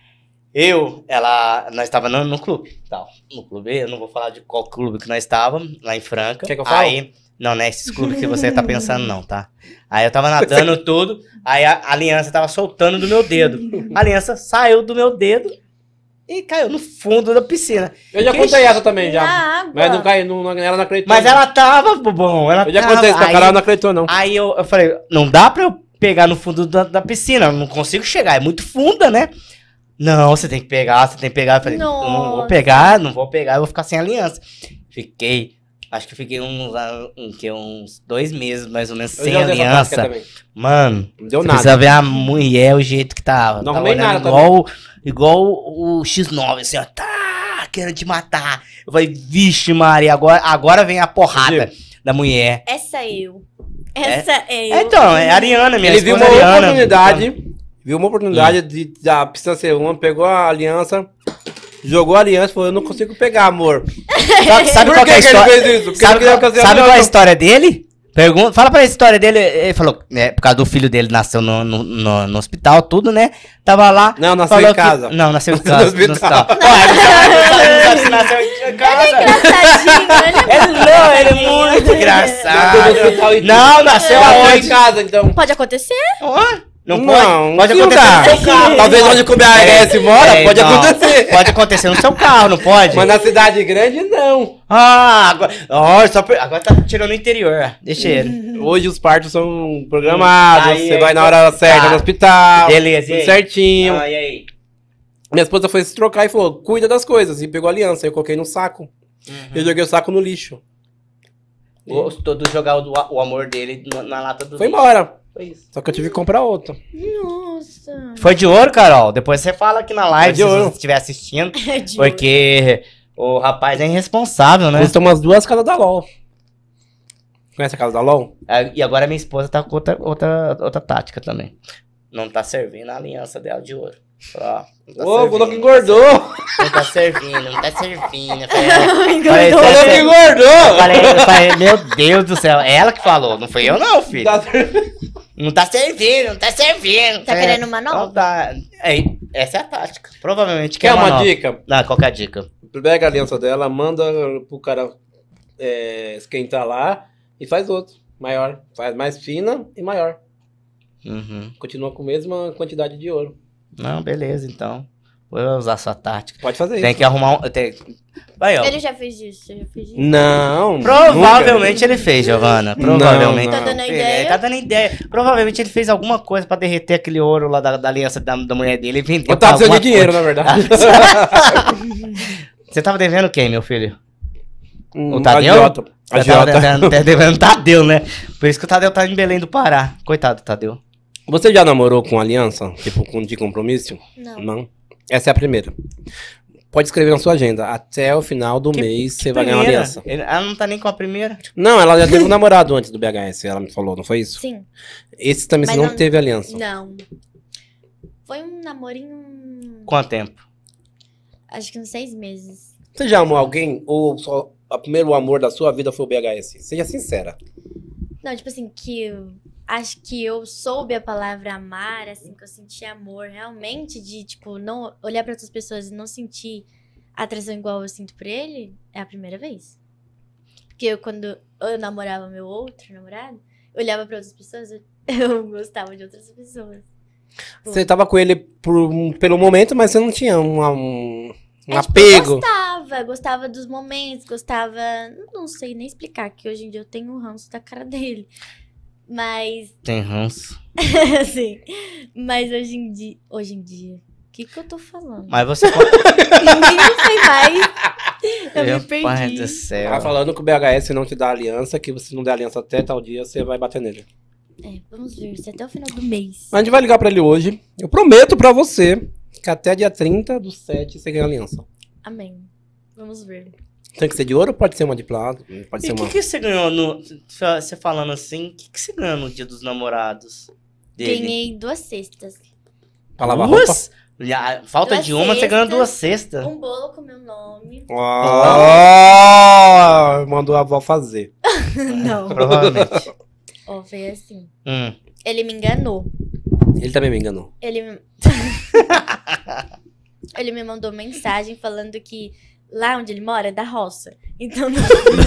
Nós estávamos no clube, tal. No clube, eu não vou falar de qual clube que nós estávamos, lá em Franca. Quer que eu fale? Aí, não é esses clubes que você tá pensando não, tá? Aí eu tava nadando tudo, aí a aliança tava soltando do meu dedo. A aliança saiu do meu dedo e caiu no fundo da piscina. Eu já contei essa também, já. Na água. Mas não caiu, ela não acreditou. Mas ela tava, bom, ela Eu já tava. contei isso pra Aí- caralho, ela não acreditou, não. Aí eu falei, não dá pra eu pegar no fundo da piscina, eu não consigo chegar, é muito funda, né? Não, você tem que pegar. Eu falei, não vou Nossa. pegar, eu vou ficar sem aliança. Acho que fiquei uns 2 meses, mais ou menos, Eu sem já usei essa tática aliança. também. Mano, Não deu você nada. precisa ver a mulher, o jeito que tava. Não Tava arrumei olhando nada igual o X9, assim, ó. Tá, querendo te matar. Eu falei, vixe, Maria, agora vem a porrada da mulher. Essa eu. Essa é eu. Então, é a Ariana, minha Ele viu esposa uma Ariana. oportunidade da pista ser uma, pegou a aliança, jogou a aliança e falou, eu não consigo pegar, amor. Sabe Por qual que é a que ele história? fez isso? Porque Sabe, ele queria fazer sabe qual é a aliança. história dele? Fala pra ele a história dele. Ele falou, por causa do filho dele, nasceu no hospital, tudo, né? Tava lá. Não, nasceu falou em casa. Não, nasceu em No casa. hospital. Não sabe se nasceu em casa. Engraçadinho, Ele é muito engraçado. Nasceu no hospital e- Não, nasceu Nasceu aonde? em casa, então. Pode acontecer? Não Não, pode que acontecer lugar? no seu carro. Talvez onde o BHS mora, pode não. acontecer. Pode acontecer no seu carro, não pode? Mas na cidade grande, não. Agora tá tirando o interior. Deixa ele. Hoje os partos são programados, Aí, você aí, vai na hora certa tá. no hospital. Beleza, e Tudo aí? certinho. E aí? Minha esposa foi se trocar e falou, cuida das coisas. E pegou a aliança. Eu coloquei no saco. Eu joguei o saco no lixo. Gostou de jogar o amor dele na lata do Foi lixo. embora. Foi isso. Só que eu tive que comprar outra. Nossa. Foi de ouro, Carol? Depois você fala aqui na live, Foi de se ouro. você estiver assistindo. É de Porque o rapaz é irresponsável, né? Custa umas 2 casas da LOL. Conhece a casa da LOL? E agora minha esposa tá com outra tática também. Não tá servindo a aliança dela de ouro. Ó, não tá Ô, o servindo. Louco engordou. Não tá servindo, não tá servindo. Falei, Engordou. O Louco eu engordou. falei, meu Deus do céu, é ela que falou, não fui eu não, filho. Não tá servindo, não tá servindo. Tá querendo uma nova? Não tá. Essa é a tática. Provavelmente Quer uma nova. dica? Não, qual que é a dica? Pega a aliança dela, manda pro cara esquentar lá e faz outro. Maior. Faz mais fina e maior. Uhum. Continua com a mesma quantidade de ouro. Não, beleza, então. Vou usar sua tática. Pode fazer Tem isso. que arrumar Vai, ó. Ele já fez isso, já fez isso. Não. Provavelmente ele fez, Giovana. Provavelmente. Não. Tá dando Ele ideia? Tá dando ideia. Provavelmente ele fez alguma coisa pra derreter aquele ouro lá da aliança da mulher dele e vendeu. Eu tava pra precisando de alguma dinheiro, na verdade. Você tava devendo quem, meu filho? O A Tadeu? Jota. A Você tava Jota. devendo Tadeu, né? Por isso que o Tadeu tá em Belém do Pará. Coitado do Tadeu. Você já namorou com aliança? Tipo, de compromisso? Não. Não. Essa é a primeira. Pode escrever na sua agenda. Até o final do mês você vai ganhar uma Primeira. aliança. Ela não tá nem com a primeira. Não, ela já teve um namorado antes do BHS, ela me falou, não foi isso? Sim. Esse também Mas você não não- teve aliança. Não. Foi um namorinho. Quanto tempo? Acho que uns 6 meses. Você já amou alguém? Ou só o primeiro amor da sua vida foi o BHS? Seja sincera. Não, tipo assim, que eu acho que eu soube a palavra amar, assim, que eu senti amor realmente, de, tipo, não olhar pra outras pessoas e não sentir atração igual eu sinto por ele, é a primeira vez. Porque quando eu namorava meu outro namorado, eu olhava pra outras pessoas, eu gostava de outras pessoas. Você tava com ele pelo momento, mas você não tinha um Tipo, apego. gostava dos momentos, gostava. Não sei nem explicar, que hoje em dia eu tenho um ranço da cara dele. Mas, Tem ranço. assim, mas hoje em dia, o que eu tô falando? Mas você... Nem sei mais. Eu Meu me perdi. pai do céu. Tá falando que o BHS não te dá aliança, que você não der aliança até tal dia, você vai bater nele. É, vamos ver, se até o final do mês. A gente vai ligar pra ele hoje. Eu prometo pra você que até dia 30/7 você ganha aliança. Amém. Vamos ver. Tem que ser de ouro ou pode ser uma de plata? Pode E ser o uma. que você ganhou no... Você falando assim, o que você ganhou no dia dos namorados dele? Ganhei 2 cestas. Pra lavar roupa? Duas? Falta Duas de uma, você ganhou cestas. 2 cestas. Um bolo com meu nome. Mandou a avó fazer. Não. Provavelmente. Ó, foi assim. Hum. Ele me enganou. Ele também me enganou. Ele me... Ele me mandou mensagem falando que lá onde ele mora é da roça. Então não...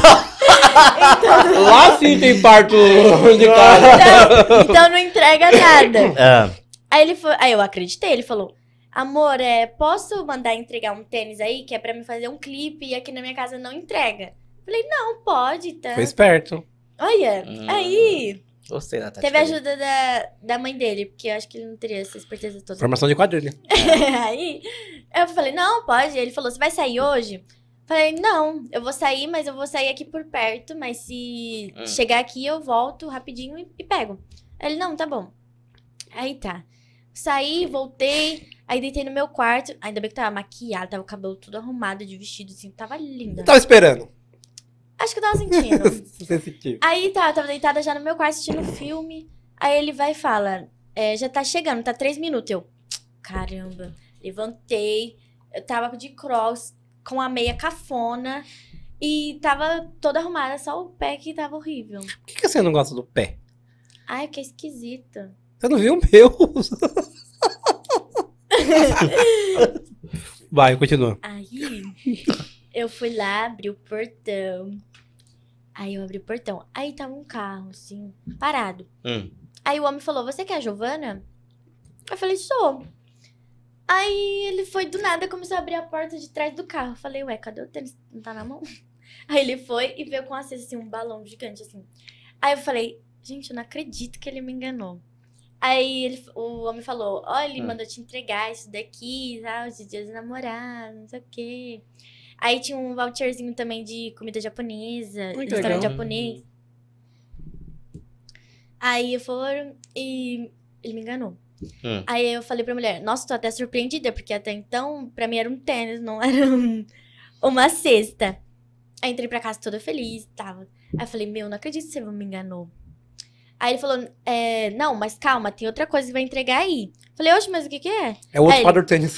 Lá sim tem parto de casa. então não entrega nada. Ah, Aí eu acreditei, ele falou: amor, posso mandar entregar um tênis aí, que é pra me fazer um clipe e aqui na minha casa não entrega? Falei, não, pode, tá? Foi esperto. Olha, aí gostei da tática teve a dele. ajuda da mãe dele, porque eu acho que ele não teria essa esperteza toda. Formação de quadrilha. Aí eu falei, não, pode. Ele falou, você vai sair hoje? Falei, não, eu vou sair, mas eu vou sair aqui por perto, mas se chegar aqui eu volto rapidinho e pego. Ele, não, tá bom. Aí tá. Saí, voltei, aí deitei no meu quarto. Ainda bem que tava maquiada, tava o cabelo tudo arrumado de vestido, assim, tava linda. Tava esperando. Acho que eu tava sentindo. Sensitivo. Aí tá, eu tava deitada já no meu quarto assistindo filme. Aí ele vai e fala: já tá chegando, tá 3 minutos. Eu, caramba, levantei. Eu tava de crocs, com a meia cafona. E tava toda arrumada, só o pé que tava horrível. Por que você não gosta do pé? Ai, que esquisita. Você não viu o meu? Vai, continua. Aí, eu fui lá, abri o portão. Aí eu abri o portão. Aí tava um carro, assim, parado. Aí o homem falou: você quer a Giovana? Eu falei: sou. Aí ele foi do nada, começou a abrir a porta de trás do carro. Eu falei: ué, cadê o tênis? Não tá na mão? Aí ele foi e veio com a cesta, assim, um balão gigante, assim. Aí eu falei: gente, eu não acredito que ele me enganou. Aí o homem falou: ó, ele mandou te entregar isso daqui, tá? Os dias de namorado, não sei o quê. Aí tinha um voucherzinho também de comida japonesa, restaurante japonês. Aí foram e ele me enganou. Aí eu falei pra mulher: nossa, tô até surpreendida, porque até então, pra mim era um tênis, não era uma cesta. Aí entrei pra casa toda feliz, tava. Aí eu falei: meu, não acredito que você me enganou. Aí ele falou: não, mas calma, tem outra coisa que vai entregar aí. Falei: oxe, mas o que é? É o outro Aí para do tênis.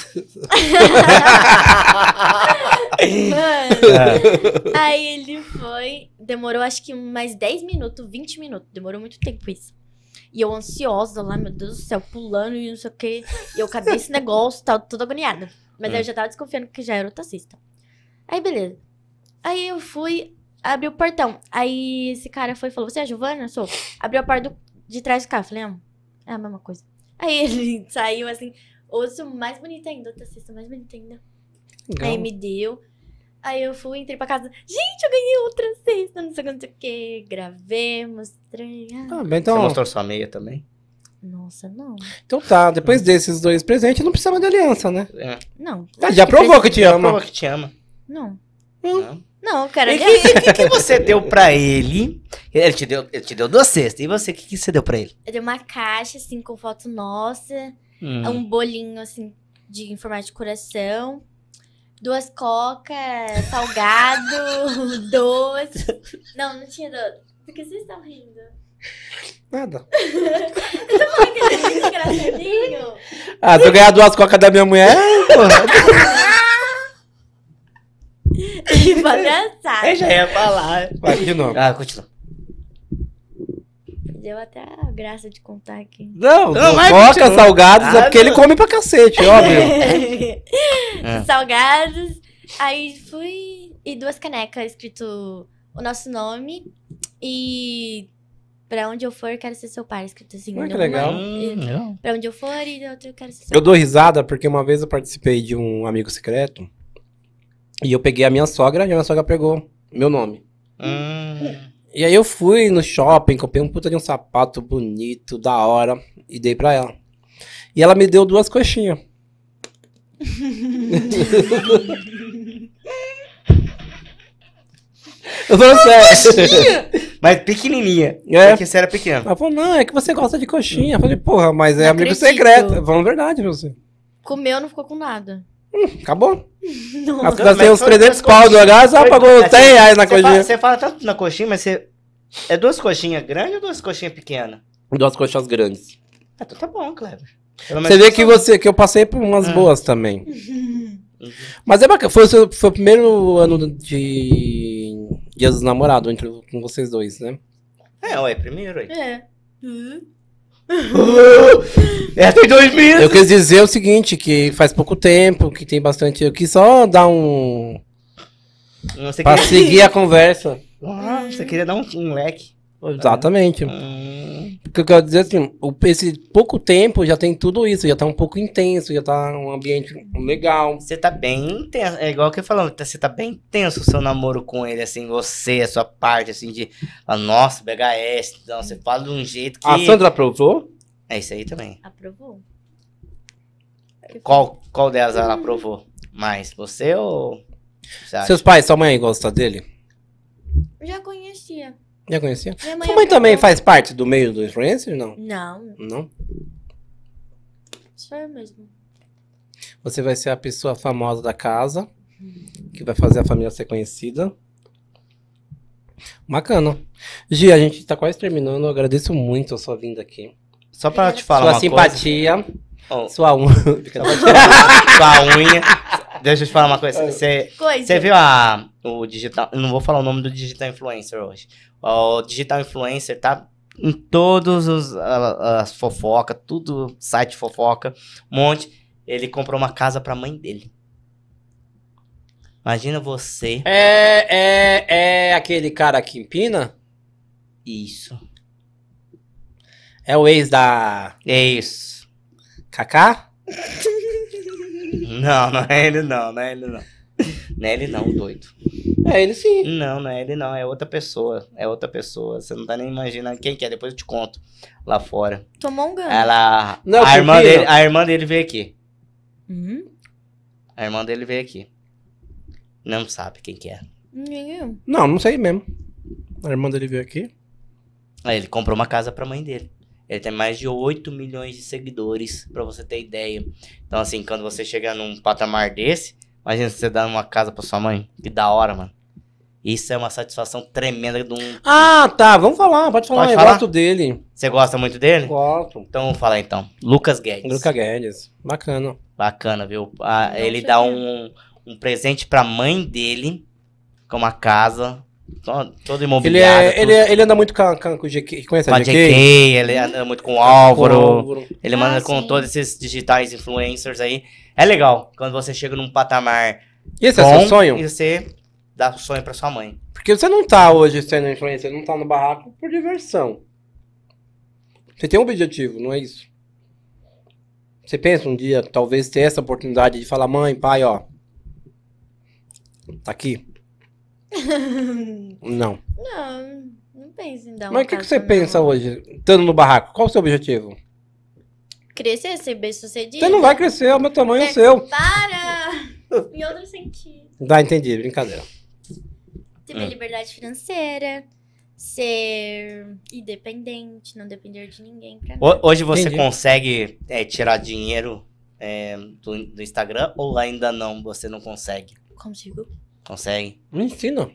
Mano. Aí ele foi, demorou acho que mais 10 minutos, 20 minutos. Demorou muito tempo isso. E eu ansiosa lá, meu Deus do céu, pulando e não sei o quê. E eu, cadê esse negócio? Tava toda agoniada. Mas aí eu já tava desconfiando que já era o taxista. Aí, beleza. Aí eu fui, abri o portão. Aí esse cara foi e falou: você é a Giovana? Eu sou. Abriu a porta de trás do carro. Falei: é a mesma coisa. Aí ele saiu assim, osso mais bonito ainda, o taxista mais bonito ainda. Legal. Aí me deu. Aí eu fui, entrei pra casa. Gente, eu ganhei outra cesta, não sei o que. Gravei, mostrei. Ah, bem, Você então, mostrou sua meia também? Nossa, não. então tá, depois desses dois presentes, não precisa mais de aliança, né? Não. Ah, já provou que te Já ama. provou que te ama. Não. Não. Não, eu quero E aliança. o que você deu pra ele? Ele te deu 2 cestas. E você, o que você deu pra ele? Eu dei uma caixa, assim, com foto nossa. Um bolinho, assim, de em formato de coração. 2 coca, salgado, doce. Não, não tinha doce. Por que vocês estão rindo? Nada. Eu tô falando que ele é muito engraçadinho. Ah, se eu ganhar 2 cocas da minha mulher, porra. Que palhaçada. Eu já ia falar. Vai, de novo. Ah, continua. Deu até a graça de contar aqui. Não, Não, vai, coca, continua. salgados, é porque Ah, ele não. come pra cacete, óbvio. Salgados. Aí fui. E 2 canecas escrito o nosso nome. E pra onde eu for, quero ser seu pai. Escrito assim. Ah, que numa- legal. e pra onde eu for e da outra eu quero ser seu Eu dou risada porque uma vez eu participei de um amigo secreto e eu peguei a minha sogra e a minha sogra pegou meu nome. E aí eu fui no shopping, comprei um puta de um sapato bonito, da hora, e dei pra ela. E ela me deu 2 coxinhas. Eu falei sério. Mas pequenininha. É. Porque você era pequeno. Ela falou, não, é que você gosta de coxinha. Eu falei, porra, mas é Não amigo acredito. secreto. Falando verdade pra você. Comeu, não ficou com nada. Acabou. Não. Ela Mas gastei uns foi 300 duas pau no coxinhas. lugar, só Foi- pagou assim, 100 reais na Você fala, coxinha. você fala tanto na coxinha, mas você... É 2 coxinhas grandes ou 2 coxinhas pequenas? 2 coxas grandes. Ah, então tá bom, Kleber. Pelo Você menos vê que eu passei por umas boas também. Mas é bacana. Foi o primeiro ano de Dia dos Namorados com vocês dois, né? É, ué, primeiro aí. É. Tem 2 meses. Eu quis dizer o seguinte, que faz pouco tempo, que tem bastante... Eu quis só dar um... Você Pra queria... seguir a conversa. Você queria dar um leque. Exatamente. Porque eu quero dizer assim, esse pouco tempo já tem tudo isso, já tá um pouco intenso, já tá um ambiente legal. Você tá bem intenso. É igual que eu falando, você tá bem intenso o seu namoro com ele, assim, você, a sua parte, assim, de... Nossa, BHS. Então, você fala de um jeito que... A Sandra aprovou? É isso aí também. Aprovou. Qual delas ela aprovou? Mais? Você ou... Você acha? Seus pais, sua mãe gosta dele? Eu já conhecia. Já conhecia? Minha Sua mãe aprovou. também faz parte do meio do influencer, não? Não. Não? Sou eu mesmo. Você vai ser a pessoa famosa da casa, que vai fazer a família ser conhecida. Bacana. Gi, a gente tá quase terminando. Eu agradeço muito a sua vinda aqui. Só pra te falar Sua uma simpatia, coisa. sua unha. Sua unha. Deixa eu te falar uma coisa. Você Coisa. viu o digital... Eu não vou falar o nome do digital influencer hoje. O digital influencer tá em todos as fofocas, tudo site fofoca, um monte. Ele comprou uma casa pra mãe dele. Imagina você... É aquele cara que empina? Isso. É o ex da É isso. Kaká? Não, não é ele não, não é ele não. Não é ele não, doido. É ele sim. Não, não é ele não, é outra pessoa. É outra pessoa. Você não tá nem imaginando quem que é, depois eu te conto lá fora. Tomou um ganho. Ela. Não, A irmã dele veio aqui. Uhum. A irmã dele veio aqui. Não sabe quem que é. Ninguém. Não sei mesmo. A irmã dele veio aqui. Aí ele comprou uma casa pra mãe dele. Ele tem mais de 8 milhões de seguidores, pra você ter ideia. Então, assim, quando você chegar num patamar desse, imagina você dar uma casa pra sua mãe. Que da hora, mano. Isso é uma satisfação tremenda de um... Ah, tá. Vamos falar. Pode falar. Pode Eu falar? gosto dele. Você gosta muito dele? Gosto. Então, vamos falar então. Lucas Guedes. Luca Guedes. Bacana. Bacana, viu? Não Ele sei dá mesmo. um presente pra mãe dele, com uma casa, todo imobiliário. Ele anda muito com o GK. Conhece com a a JK, GK? ele anda muito com o Álvaro. Álvaro. Ele manda com sim. todos esses digitais influencers aí. É legal, quando você chega num patamar E esse é bom seu sonho? e você dá o sonho pra sua mãe. Porque você não tá hoje sendo influencer, não tá no barraco por diversão. Você tem um objetivo, não é isso? Você pensa um dia, talvez, ter essa oportunidade de falar, mãe, pai, ó. Tá aqui? Não. Não penso em dar Mas o que você pensa hoje, estando no barraco? Qual o seu objetivo? Crescer, ser bem sucedido. Você não vai crescer, é o meu tamanho é o seu. Para! Em outro sentido. Tá, entendi, brincadeira. Ter minha liberdade financeira. Ser independente, não depender de ninguém pra mim. Hoje você Entendi. consegue tirar dinheiro do Instagram ou ainda não? Você não consegue? Consigo. Consegue? Me ensina.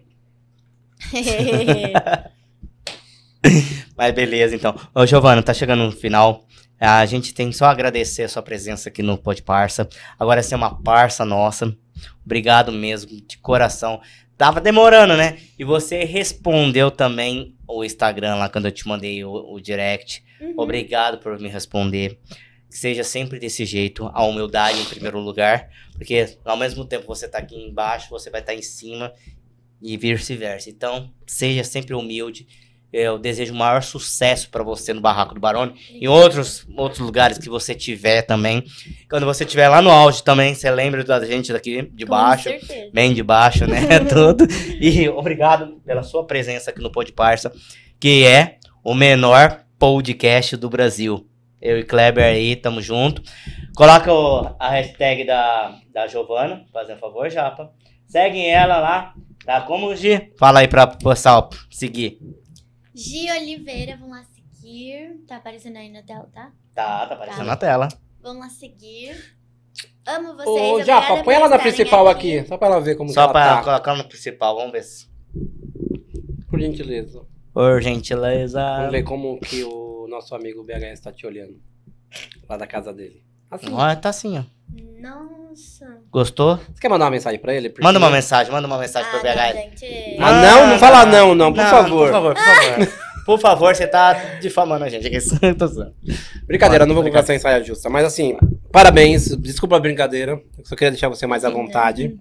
Mas beleza, então. Ô, Giovana, tá chegando no final. A gente tem só a agradecer a sua presença aqui no Pod Parça. Agora você é uma parça nossa. Obrigado mesmo, de coração. Tava demorando, né? E você respondeu também o Instagram lá quando eu te mandei o direct. Uhum. Obrigado por me responder. Que seja sempre desse jeito, a humildade em primeiro lugar. Porque ao mesmo tempo que você tá aqui embaixo, você vai estar em cima e vice-versa. Então, seja sempre humilde. Eu desejo o maior sucesso para você no Barraco do Barone. Em outros lugares que você tiver também. Quando você estiver lá no auge também, você lembra da gente daqui de baixo. Com certeza. Bem de baixo, né? Tudo. E obrigado pela sua presença aqui no Pod Parça, que é o menor podcast do Brasil. Eu e Kleber aí, tamo junto. Coloca a hashtag da Giovana, fazendo favor, Japa. Seguem ela lá, tá? Como Gi? Fala aí pra pessoal seguir. Gi Oliveira, vão lá seguir. Tá aparecendo aí na tela, tá? Tá aparecendo Tá. na tela. Vão lá seguir. Amo vocês. Ô, obrigada Japa, por põe ela na estarem principal aqui, só pra ela ver como Só que pra ela tá. colocar no principal, vamos ver se. Por gentileza. Por gentileza. Vamos ver como que o nosso amigo BHS tá te olhando. Lá da casa dele. Assim. Ó, tá assim, ó. Nossa. Gostou? Você quer mandar uma mensagem pra ele? Porque- Manda uma mensagem pro Não, BH. gente. Ah, não fala não, por favor. Por favor, por favor. Por favor, você tá difamando a gente. Tô zoando. Brincadeira, não vou Obrigado. conversar em saia justa. Mas assim, parabéns. Desculpa a brincadeira. Eu só queria deixar você mais à vontade.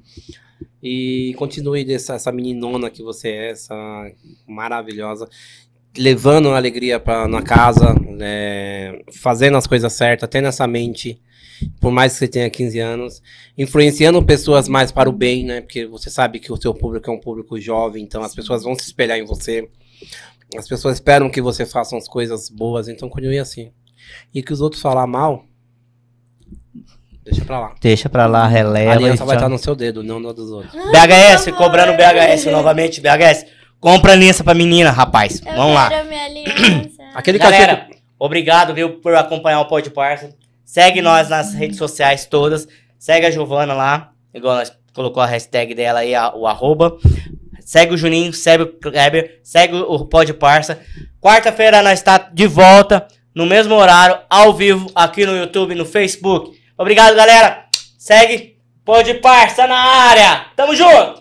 E continue essa meninona que você é, essa maravilhosa. Levando alegria na casa, fazendo as coisas certas, tendo essa mente, por mais que você tenha 15 anos, influenciando pessoas mais para o bem, né? Porque você sabe que o seu público é um público jovem, então as pessoas vão se espelhar em você. As pessoas esperam que você faça as coisas boas, então continue assim. E que os outros falar mal, deixa pra lá. Deixa pra lá, releva. A aliança e vai tchau. estar no seu dedo, não no dos outros. BHS, Por favor. cobrando BHS novamente. BHS, compra aliança pra menina, rapaz. Eu Vamos lá. quero minha aliança. Aquele Galera, cachorro. obrigado, viu, por acompanhar o Pod Parça. Segue nós nas redes sociais todas. Segue a Giovana lá, igual nós colocou a hashtag dela aí, o arroba. Segue o Juninho, segue o Kleber, segue o Pod Parça. Quarta-feira nós está de volta, no mesmo horário, ao vivo, aqui no YouTube e no Facebook. Obrigado, galera. Segue Pod Parça na área. Tamo junto!